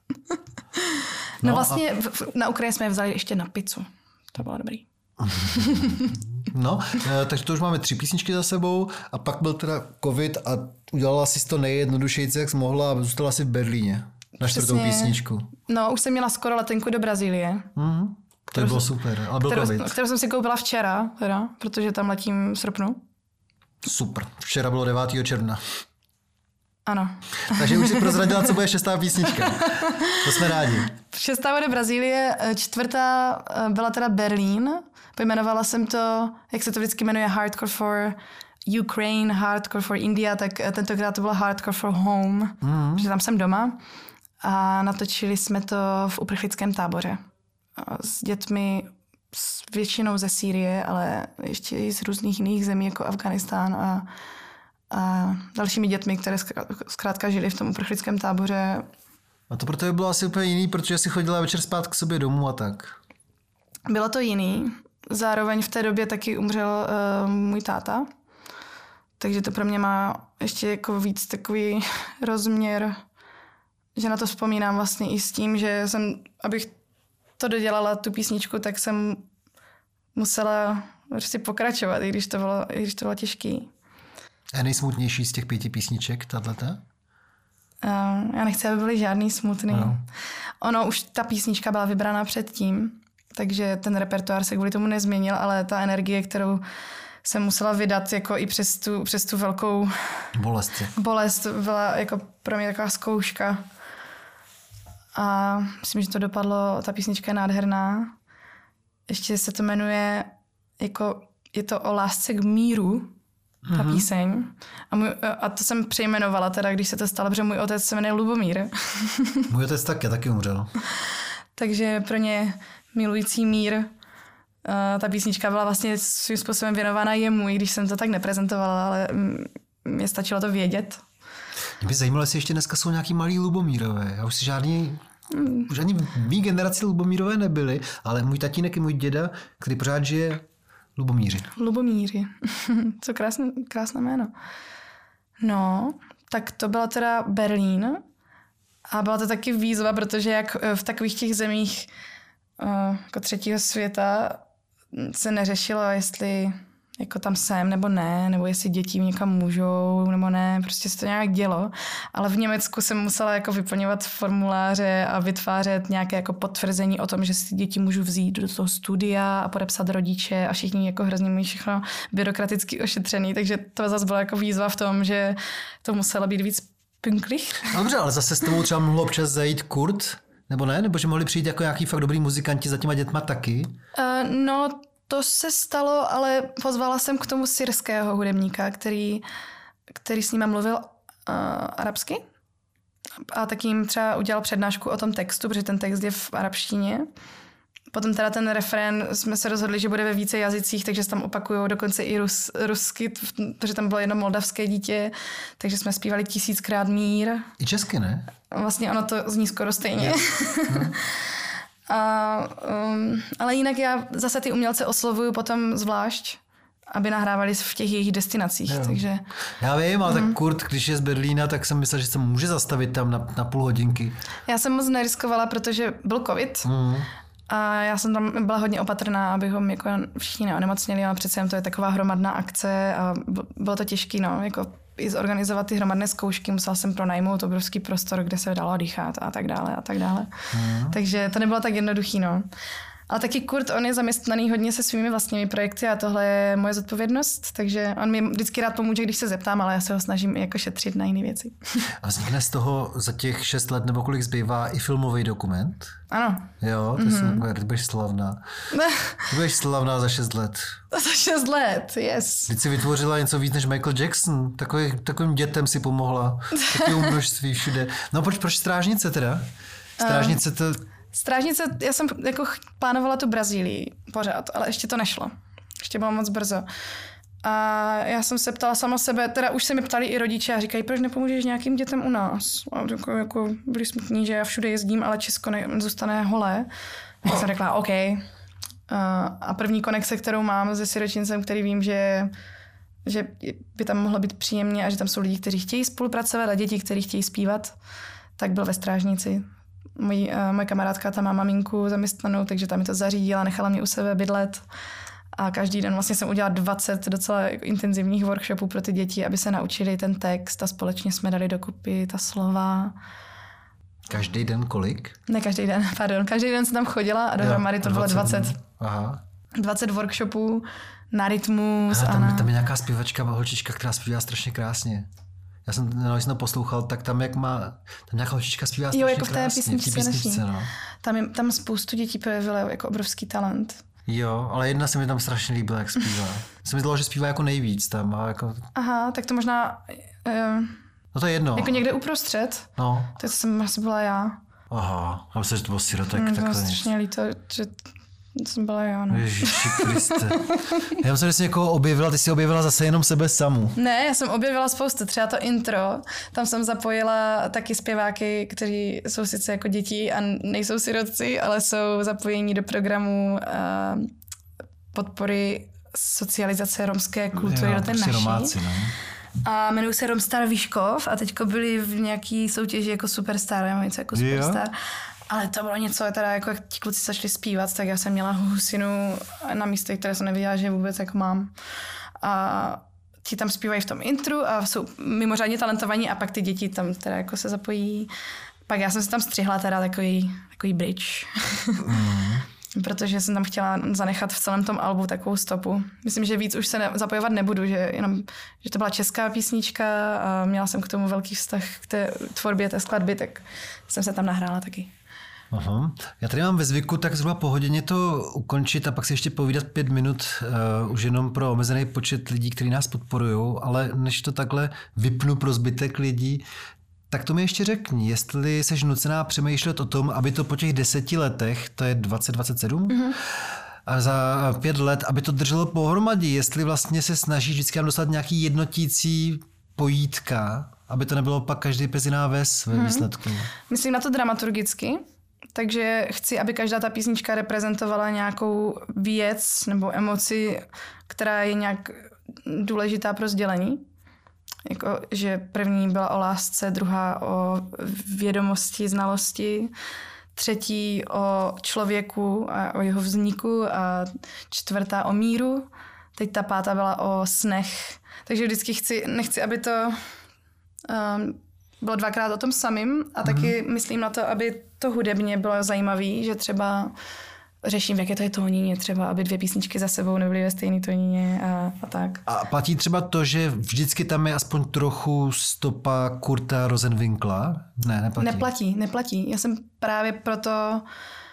Speaker 3: No vlastně na Ukrajině jsme je vzali ještě na pizzu. To bylo dobrý.
Speaker 2: No, takže to už máme 3 písničky za sebou a pak byl teda covid a udělala si to nejjednodušeji, jak jsi mohla a zůstala si v Berlíně na 4. písničku.
Speaker 3: No, už jsem měla skoro letenku do Brazílie.
Speaker 2: To bylo super, ale byl covid.
Speaker 3: Kterou jsem si koupila včera, teda, protože tam letím v srpnu.
Speaker 2: Super, včera bylo 9. června.
Speaker 3: Ano.
Speaker 2: Takže už si prozradila, co bude 6. písnička. To jsme rádi.
Speaker 3: 6. bude Brazílie, 4. byla teda Berlín. Pojmenovala jsem to, jak se to vždycky jmenuje, Hardcore for Ukraine, Hardcore for India, tak tentokrát to bylo Hardcore for Home, protože tam jsem doma. A natočili jsme to v uprchlickém táboře. S dětmi většinou ze Sýrie, ale ještě i z různých jiných zemí, jako Afghánistán a dalšími dětmi, které zkrátka žili v tom uprchlickém táboře.
Speaker 2: A to pro tebe bylo asi úplně jiný, protože jsi chodila večer spát k sobě domů a tak.
Speaker 3: Bylo to jiný. Zároveň v té době taky umřel můj táta. Takže to pro mě má ještě jako víc takový rozměr, že na to vzpomínám vlastně i s tím, že abych to dodělala, tu písničku, tak jsem musela prostě pokračovat, i když to bylo těžký.
Speaker 2: A nejsmutnější z těch 5 písniček, tato?
Speaker 3: Já nechci, aby byly žádný smutný. No. Ono, už ta písnička byla vybraná předtím, takže ten repertoár se kvůli tomu nezměnil, ale ta energie, kterou jsem musela vydat jako i přes tu velkou bolest byla jako pro mě taková zkouška. A myslím, že to dopadlo, ta písnička je nádherná. Ještě se to jmenuje, jako je to o lásce k míru, ta píseň. A to jsem přejmenovala teda, když se to stalo, protože můj otec se jmenuje Lubomír.
Speaker 2: Můj otec taky umřel. Takže
Speaker 3: pro ně milující mír. Ta písnička byla vlastně svým způsobem věnována jemu, i když jsem to tak neprezentovala, ale mě stačilo to vědět.
Speaker 2: Mě by zajímalo, jestli ještě dneska jsou nějaký malí Lubomírové. Já už si už ani mý generaci Lubomírové nebyli, ale můj tatínek i můj děda, který pořád žije, Lubomíři.
Speaker 3: Co krásné jméno. No, tak to byla teda Berlín a byla to taky výzva, protože jak v takových těch zemích jako třetího světa se neřešilo, jestli jako tam jsem nebo ne, nebo jestli děti někam můžou nebo ne, prostě se to nějak dělo. Ale v Německu jsem musela jako vyplňovat formuláře a vytvářet nějaké jako potvrzení o tom, že si děti můžu vzít do toho studia a podepsat rodiče a všichni jako hrozně mají všechno byrokraticky ošetřený, takže to zase byla jako výzva v tom, že to muselo být víc pünktlich.
Speaker 2: Dobře, ale zase s tebou třeba mohlo občas zajít Kurt, nebo ne? Nebo že mohli přijít jako nějaký fakt dobrý muzikanti za těma dětma taky?
Speaker 3: No, to se stalo, ale pozvala jsem k tomu syrského hudebníka, který s ním mluvil arabsky a taky jim třeba udělal přednášku o tom textu, protože ten text je v arabštině. Potom teda ten refrén jsme se rozhodli, že bude ve více jazycích, takže se tam opakujou dokonce i rusky, protože tam bylo jedno moldavské dítě, takže jsme zpívali 1000krát mír.
Speaker 2: I česky, ne?
Speaker 3: Vlastně ono to zní skoro stejně. Ale jinak já zase ty umělce oslovuju potom zvlášť, aby nahrávali v těch jejich destinacích. Takže...
Speaker 2: Já vím, ale tak Kurt, když je z Berlína, tak jsem myslel, že se může zastavit tam na půl hodinky.
Speaker 3: Já jsem moc neriskovala, protože byl covid a já jsem tam byla hodně opatrná, abychom jako všichni neonemocněli, ale přece jen to je taková hromadná akce a bylo to těžké, no, jako i zorganizovat ty hromadné zkoušky, musela jsem pronajmout obrovský prostor, kde se dalo dýchat a tak dále a tak dále. Takže to nebylo tak jednoduchý, no. Ale taky Kurt, on je zaměstnaný hodně se svými vlastními projekty a tohle je moje zodpovědnost, takže on mi vždycky rád pomůže, když se zeptám, ale já se ho snažím jako šetřit na jiné věci.
Speaker 2: A vznikne z toho za těch 6 let nebo kolik zbývá i filmový dokument?
Speaker 3: Ano.
Speaker 2: Jo, to super, ty budeš slavná. Ty budeš slavná za 6 let.
Speaker 3: Za 6 let, yes.
Speaker 2: Teď si vytvořila něco víc než Michael Jackson. Takovým dětem si pomohla. Takovým množství všude. No proč Strážnice teda?
Speaker 3: Strážnice, já jsem jako plánovala tu Brazílii pořád, ale ještě to nešlo. Ještě bylo moc brzo. A já jsem se ptala sama sebe, teda už se mi ptali i rodiče a říkají, proč nepomůžeš nějakým dětem u nás? A jako byli smutní, že já všude jezdím, ale Česko zůstane holé. Tak jsem řekla, OK. A první konexe, kterou mám se siročincem, který vím, že by tam mohlo být příjemně a že tam jsou lidi, kteří chtějí spolupracovat a děti, kteří chtějí zpívat, tak byl ve Strážnici. Moje kamarádka tam má maminku zaměstnanou, takže tam mi to zařídila, nechala mě u sebe bydlet. A každý den vlastně jsem udělala 20 docela intenzivních workshopů pro ty děti, aby se naučili ten text a společně jsme dali dokupy ta slova.
Speaker 2: Každý den kolik?
Speaker 3: Ne každý den, pardon. Každý den jsem tam chodila a dohromady to bylo 20.
Speaker 2: Aha.
Speaker 3: 20 workshopů na rytmus.
Speaker 2: Tam je nějaká zpěvačka, holčička, která zpívá strašně krásně. Já jsem, když jsem to poslouchal, tak tam nějaká holčička zpívá strašně
Speaker 3: jako
Speaker 2: krásně.
Speaker 3: V té písničce,
Speaker 2: no.
Speaker 3: Tam spoustu dětí projevilo jako obrovský talent.
Speaker 2: Jo, ale jedna se mi tam strašně líbila, jak zpívá. Se mi zdalo, že zpívá jako nejvíc tam. A jako...
Speaker 3: Aha, tak to možná...
Speaker 2: No to je jedno.
Speaker 3: Jako někde uprostřed.
Speaker 2: No.
Speaker 3: Tak to jsem asi byla já.
Speaker 2: Aha, já myslím, že to byl sirotek.
Speaker 3: To bylo strašně líto, že jsem byla já, no.
Speaker 2: Ježiši Kriste. Já myslím, že jsi někoho objevila, ty jsi objevila zase jenom sebe samu.
Speaker 3: Ne, já jsem objevila spoustu, třeba to intro, tam jsem zapojila taky zpěváky, kteří jsou sice jako děti a nejsou sirotci, ale jsou zapojení do programu podpory socializace romské kultury do té naší.
Speaker 2: Romáci, no.
Speaker 3: A jmenuji se Romstar Výškov a teďko byli v nějaký soutěži jako Superstar, nebo něco jako Superstar. Jo. Ale to bylo něco, teda jako jak ti kluci začali zpívat, tak já jsem měla husinu na místech, které jsem nevěděla, že vůbec jako mám. A ti tam zpívají v tom intru a jsou mimořádně talentovaní a pak ty děti tam teda jako se zapojí. Pak já jsem se tam střihla teda takový bridge. Protože jsem tam chtěla zanechat v celém tom albu takovou stopu. Myslím, že víc už se zapojovat nebudu, že to byla česká písnička a měla jsem k tomu velký vztah k té tvorbě té skladby, tak jsem se tam nahrála taky.
Speaker 2: Aha. Já tady mám ve zvyku tak zhruba po hodině to ukončit a pak si ještě povídat 5 minut už jenom pro omezený počet lidí, kteří nás podporují, ale než to takhle vypnu pro zbytek lidí, tak to mi ještě řekni, jestli seš nucená přemýšlet o tom, aby to po těch 10 letech, to je 2027, a za 5 let, aby to drželo pohromadě, jestli vlastně se snažíš vždycky tam dostat nějaký jednotící pojítka, aby to nebylo pak každý peziná ves ve výsledku.
Speaker 3: Myslím na to dramaturgicky, takže chci, aby každá ta písnička reprezentovala nějakou věc nebo emoci, která je nějak důležitá pro sdělení. Jako, že první byla o lásce, druhá o vědomosti, znalosti, třetí o člověku a o jeho vzniku a čtvrtá o míru. Teď ta pátá byla o snech. Takže vždycky nechci, aby to bylo 2krát o tom samým a taky myslím na to, aby to hudebně bylo zajímavý, že třeba řeším, v jaké to je tónině, třeba aby 2 písničky za sebou nebyly ve stejné tónině a tak.
Speaker 2: A platí třeba to, že vždycky tam je aspoň trochu stopa Kurta Rosenwinkla? Ne, neplatí.
Speaker 3: Neplatí. Já jsem právě proto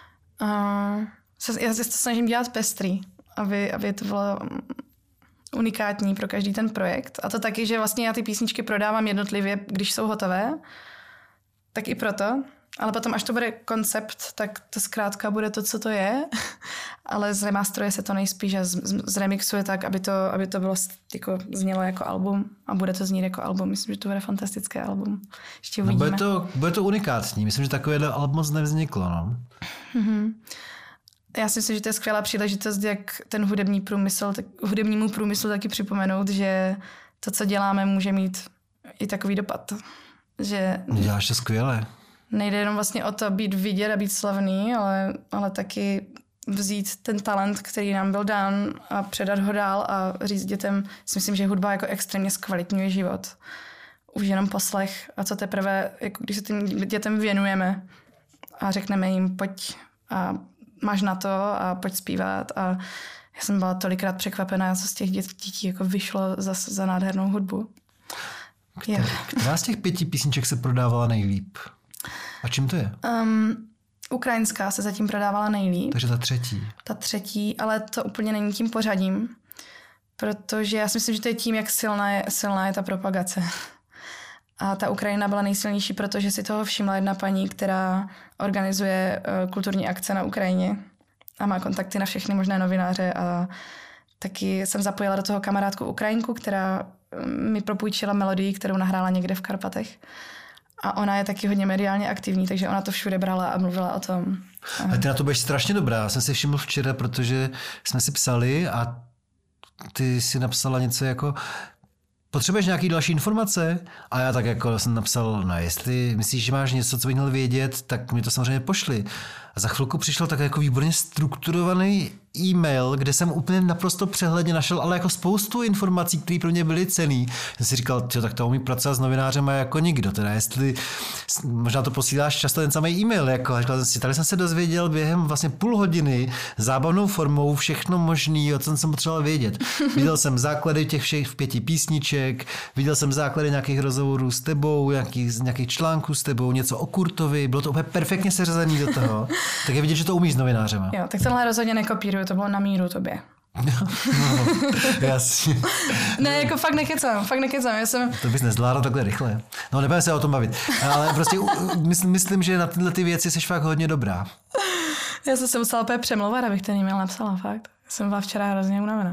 Speaker 3: já se to snažím dělat pestrý, aby to bylo unikátní pro každý ten projekt. A to taky, že vlastně já ty písničky prodávám jednotlivě, když jsou hotové, tak i proto. Ale potom, až to bude koncept, tak to zkrátka bude to, co to je, ale zremasteruje se to nejspíš a zremixuje tak, aby to bylo jako, znělo jako album a bude to znít jako album. Myslím, že to bude fantastické album. Ještě uvidíme.
Speaker 2: No bude to unikátní. Myslím, že takovéhle album moc nevzniklo. No?
Speaker 3: Já si myslím, že to je skvělá příležitost, jak ten hudebnímu průmyslu taky připomenout, že to, co děláme, může mít i takový dopad. Že
Speaker 2: děláš to skvěle.
Speaker 3: Nejde jenom vlastně o to být vidět a být slavný, ale taky vzít ten talent, který nám byl dán a předat ho dál a říct dětem, si myslím, že hudba jako extrémně zkvalitňuje život. Už jenom poslech a co teprve, jako když se tím dětem věnujeme a řekneme jim, pojď a máš na to a pojď zpívat. A já jsem byla tolikrát překvapená, co z těch dětí jako vyšlo za nádhernou hudbu.
Speaker 2: Která z těch 5 písniček se prodávala nejlíp? A čím to je?
Speaker 3: Ukrajinská se zatím prodávala nejlíp.
Speaker 2: Takže ta třetí,
Speaker 3: ale to úplně není tím pořadím, protože já si myslím, že to je tím, jak silná je ta propagace. A ta Ukrajina byla nejsilnější, protože si toho všimla jedna paní, která organizuje kulturní akce na Ukrajině a má kontakty na všechny možné novináře a taky jsem zapojila do toho kamarádku Ukrajinku, která mi propůjčila melodii, kterou nahrála někde v Karpatech. A ona je taky hodně mediálně aktivní, takže ona to všude brala a mluvila o tom.
Speaker 2: A ty na to budeš strašně dobrá. Já jsem si všiml včera, protože jsme si psali a ty si napsala něco jako potřebuješ nějaký další informace? A já tak jako jsem napsal, no jestli myslíš, že máš něco, co bych měl vědět, tak mi to samozřejmě pošli. A za chvilku přišel tak jako výborně strukturovaný e-mail, kde jsem úplně naprosto přehledně našel, ale jako spoustu informací, které pro mě byly cenný. Jsem si říkal, tak to umí pracovat s novinářem jako nikdo. Teda jestli možná to posíláš často ten samý e-mail. Jako, tady jsem se dozvěděl během vlastně půl hodiny zábavnou formou všechno možný, o co jsem potřeboval vědět. Viděl jsem základy těch všech 5 písniček, viděl jsem základy nějakých rozhovorů s tebou, nějakých článků s tebou, něco o Kurtovi. Bylo to úplně perfektně seřazený do toho. Tak je vidět, že to umíš s novinářem.
Speaker 3: Jo, tak tohle rozhodně nekopíruju, to bylo na míru tobě.
Speaker 2: No, jasně.
Speaker 3: Ne, jako fakt nekecám.
Speaker 2: To bys nezvládl takhle rychle. No, nebudeme se o tom bavit. Ale prostě myslím, že na tyhle ty věci jsi fakt hodně dobrá.
Speaker 3: Já jsem se musela úplně přemlouvat, abych ten e-mail napsala, fakt. Jsem byla včera hrozně unavená.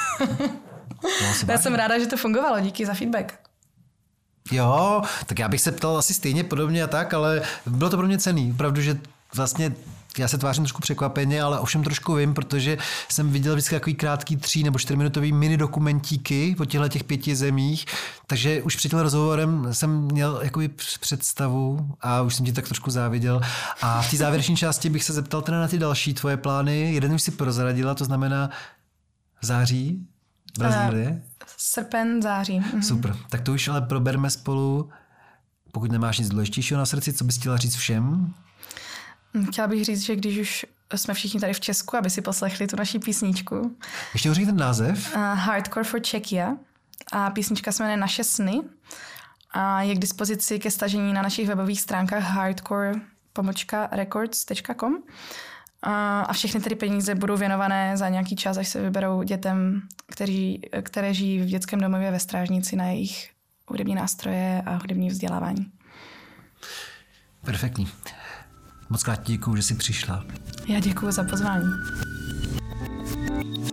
Speaker 3: Já jsem ráda, že to fungovalo, díky za feedback.
Speaker 2: Jo, tak já bych se ptal asi stejně podobně a tak, ale bylo to pro mě cenný. Opravdu, že vlastně já se tvářím trošku překvapeně, ale ovšem trošku vím, protože jsem viděl vždycky takový krátký 3 nebo 4minutový mini dokumentíky po těch 5 zemích, takže už před tím rozhovorem jsem měl jakoby představu a už jsem ti tak trošku záviděl. A v té závěrečné části bych se zeptal teda na ty další tvoje plány. Jeden už si prozradila, to znamená září, Brazílie.
Speaker 3: Srpen, září.
Speaker 2: Super, tak to už ale probereme spolu. Pokud nemáš nic důležitějšího na srdci, co bys chtěla říct všem?
Speaker 3: Chtěla bych říct, že když už jsme všichni tady v Česku, aby si poslechli tu naší písničku.
Speaker 2: Ještě řekni ten název.
Speaker 3: Hardcore for Czechia. A písnička se jmenuje Naše sny. A je k dispozici ke stažení na našich webových stránkách hardcore-records.com. A všechny tedy peníze budou věnované za nějaký čas, až se vyberou dětem, které žijí v dětském domově ve Strážnici, na jejich hudební nástroje a hudební vzdělávání.
Speaker 2: Perfektní. Moc krát děkuju, že jsi přišla.
Speaker 3: Já děkuju za pozvání.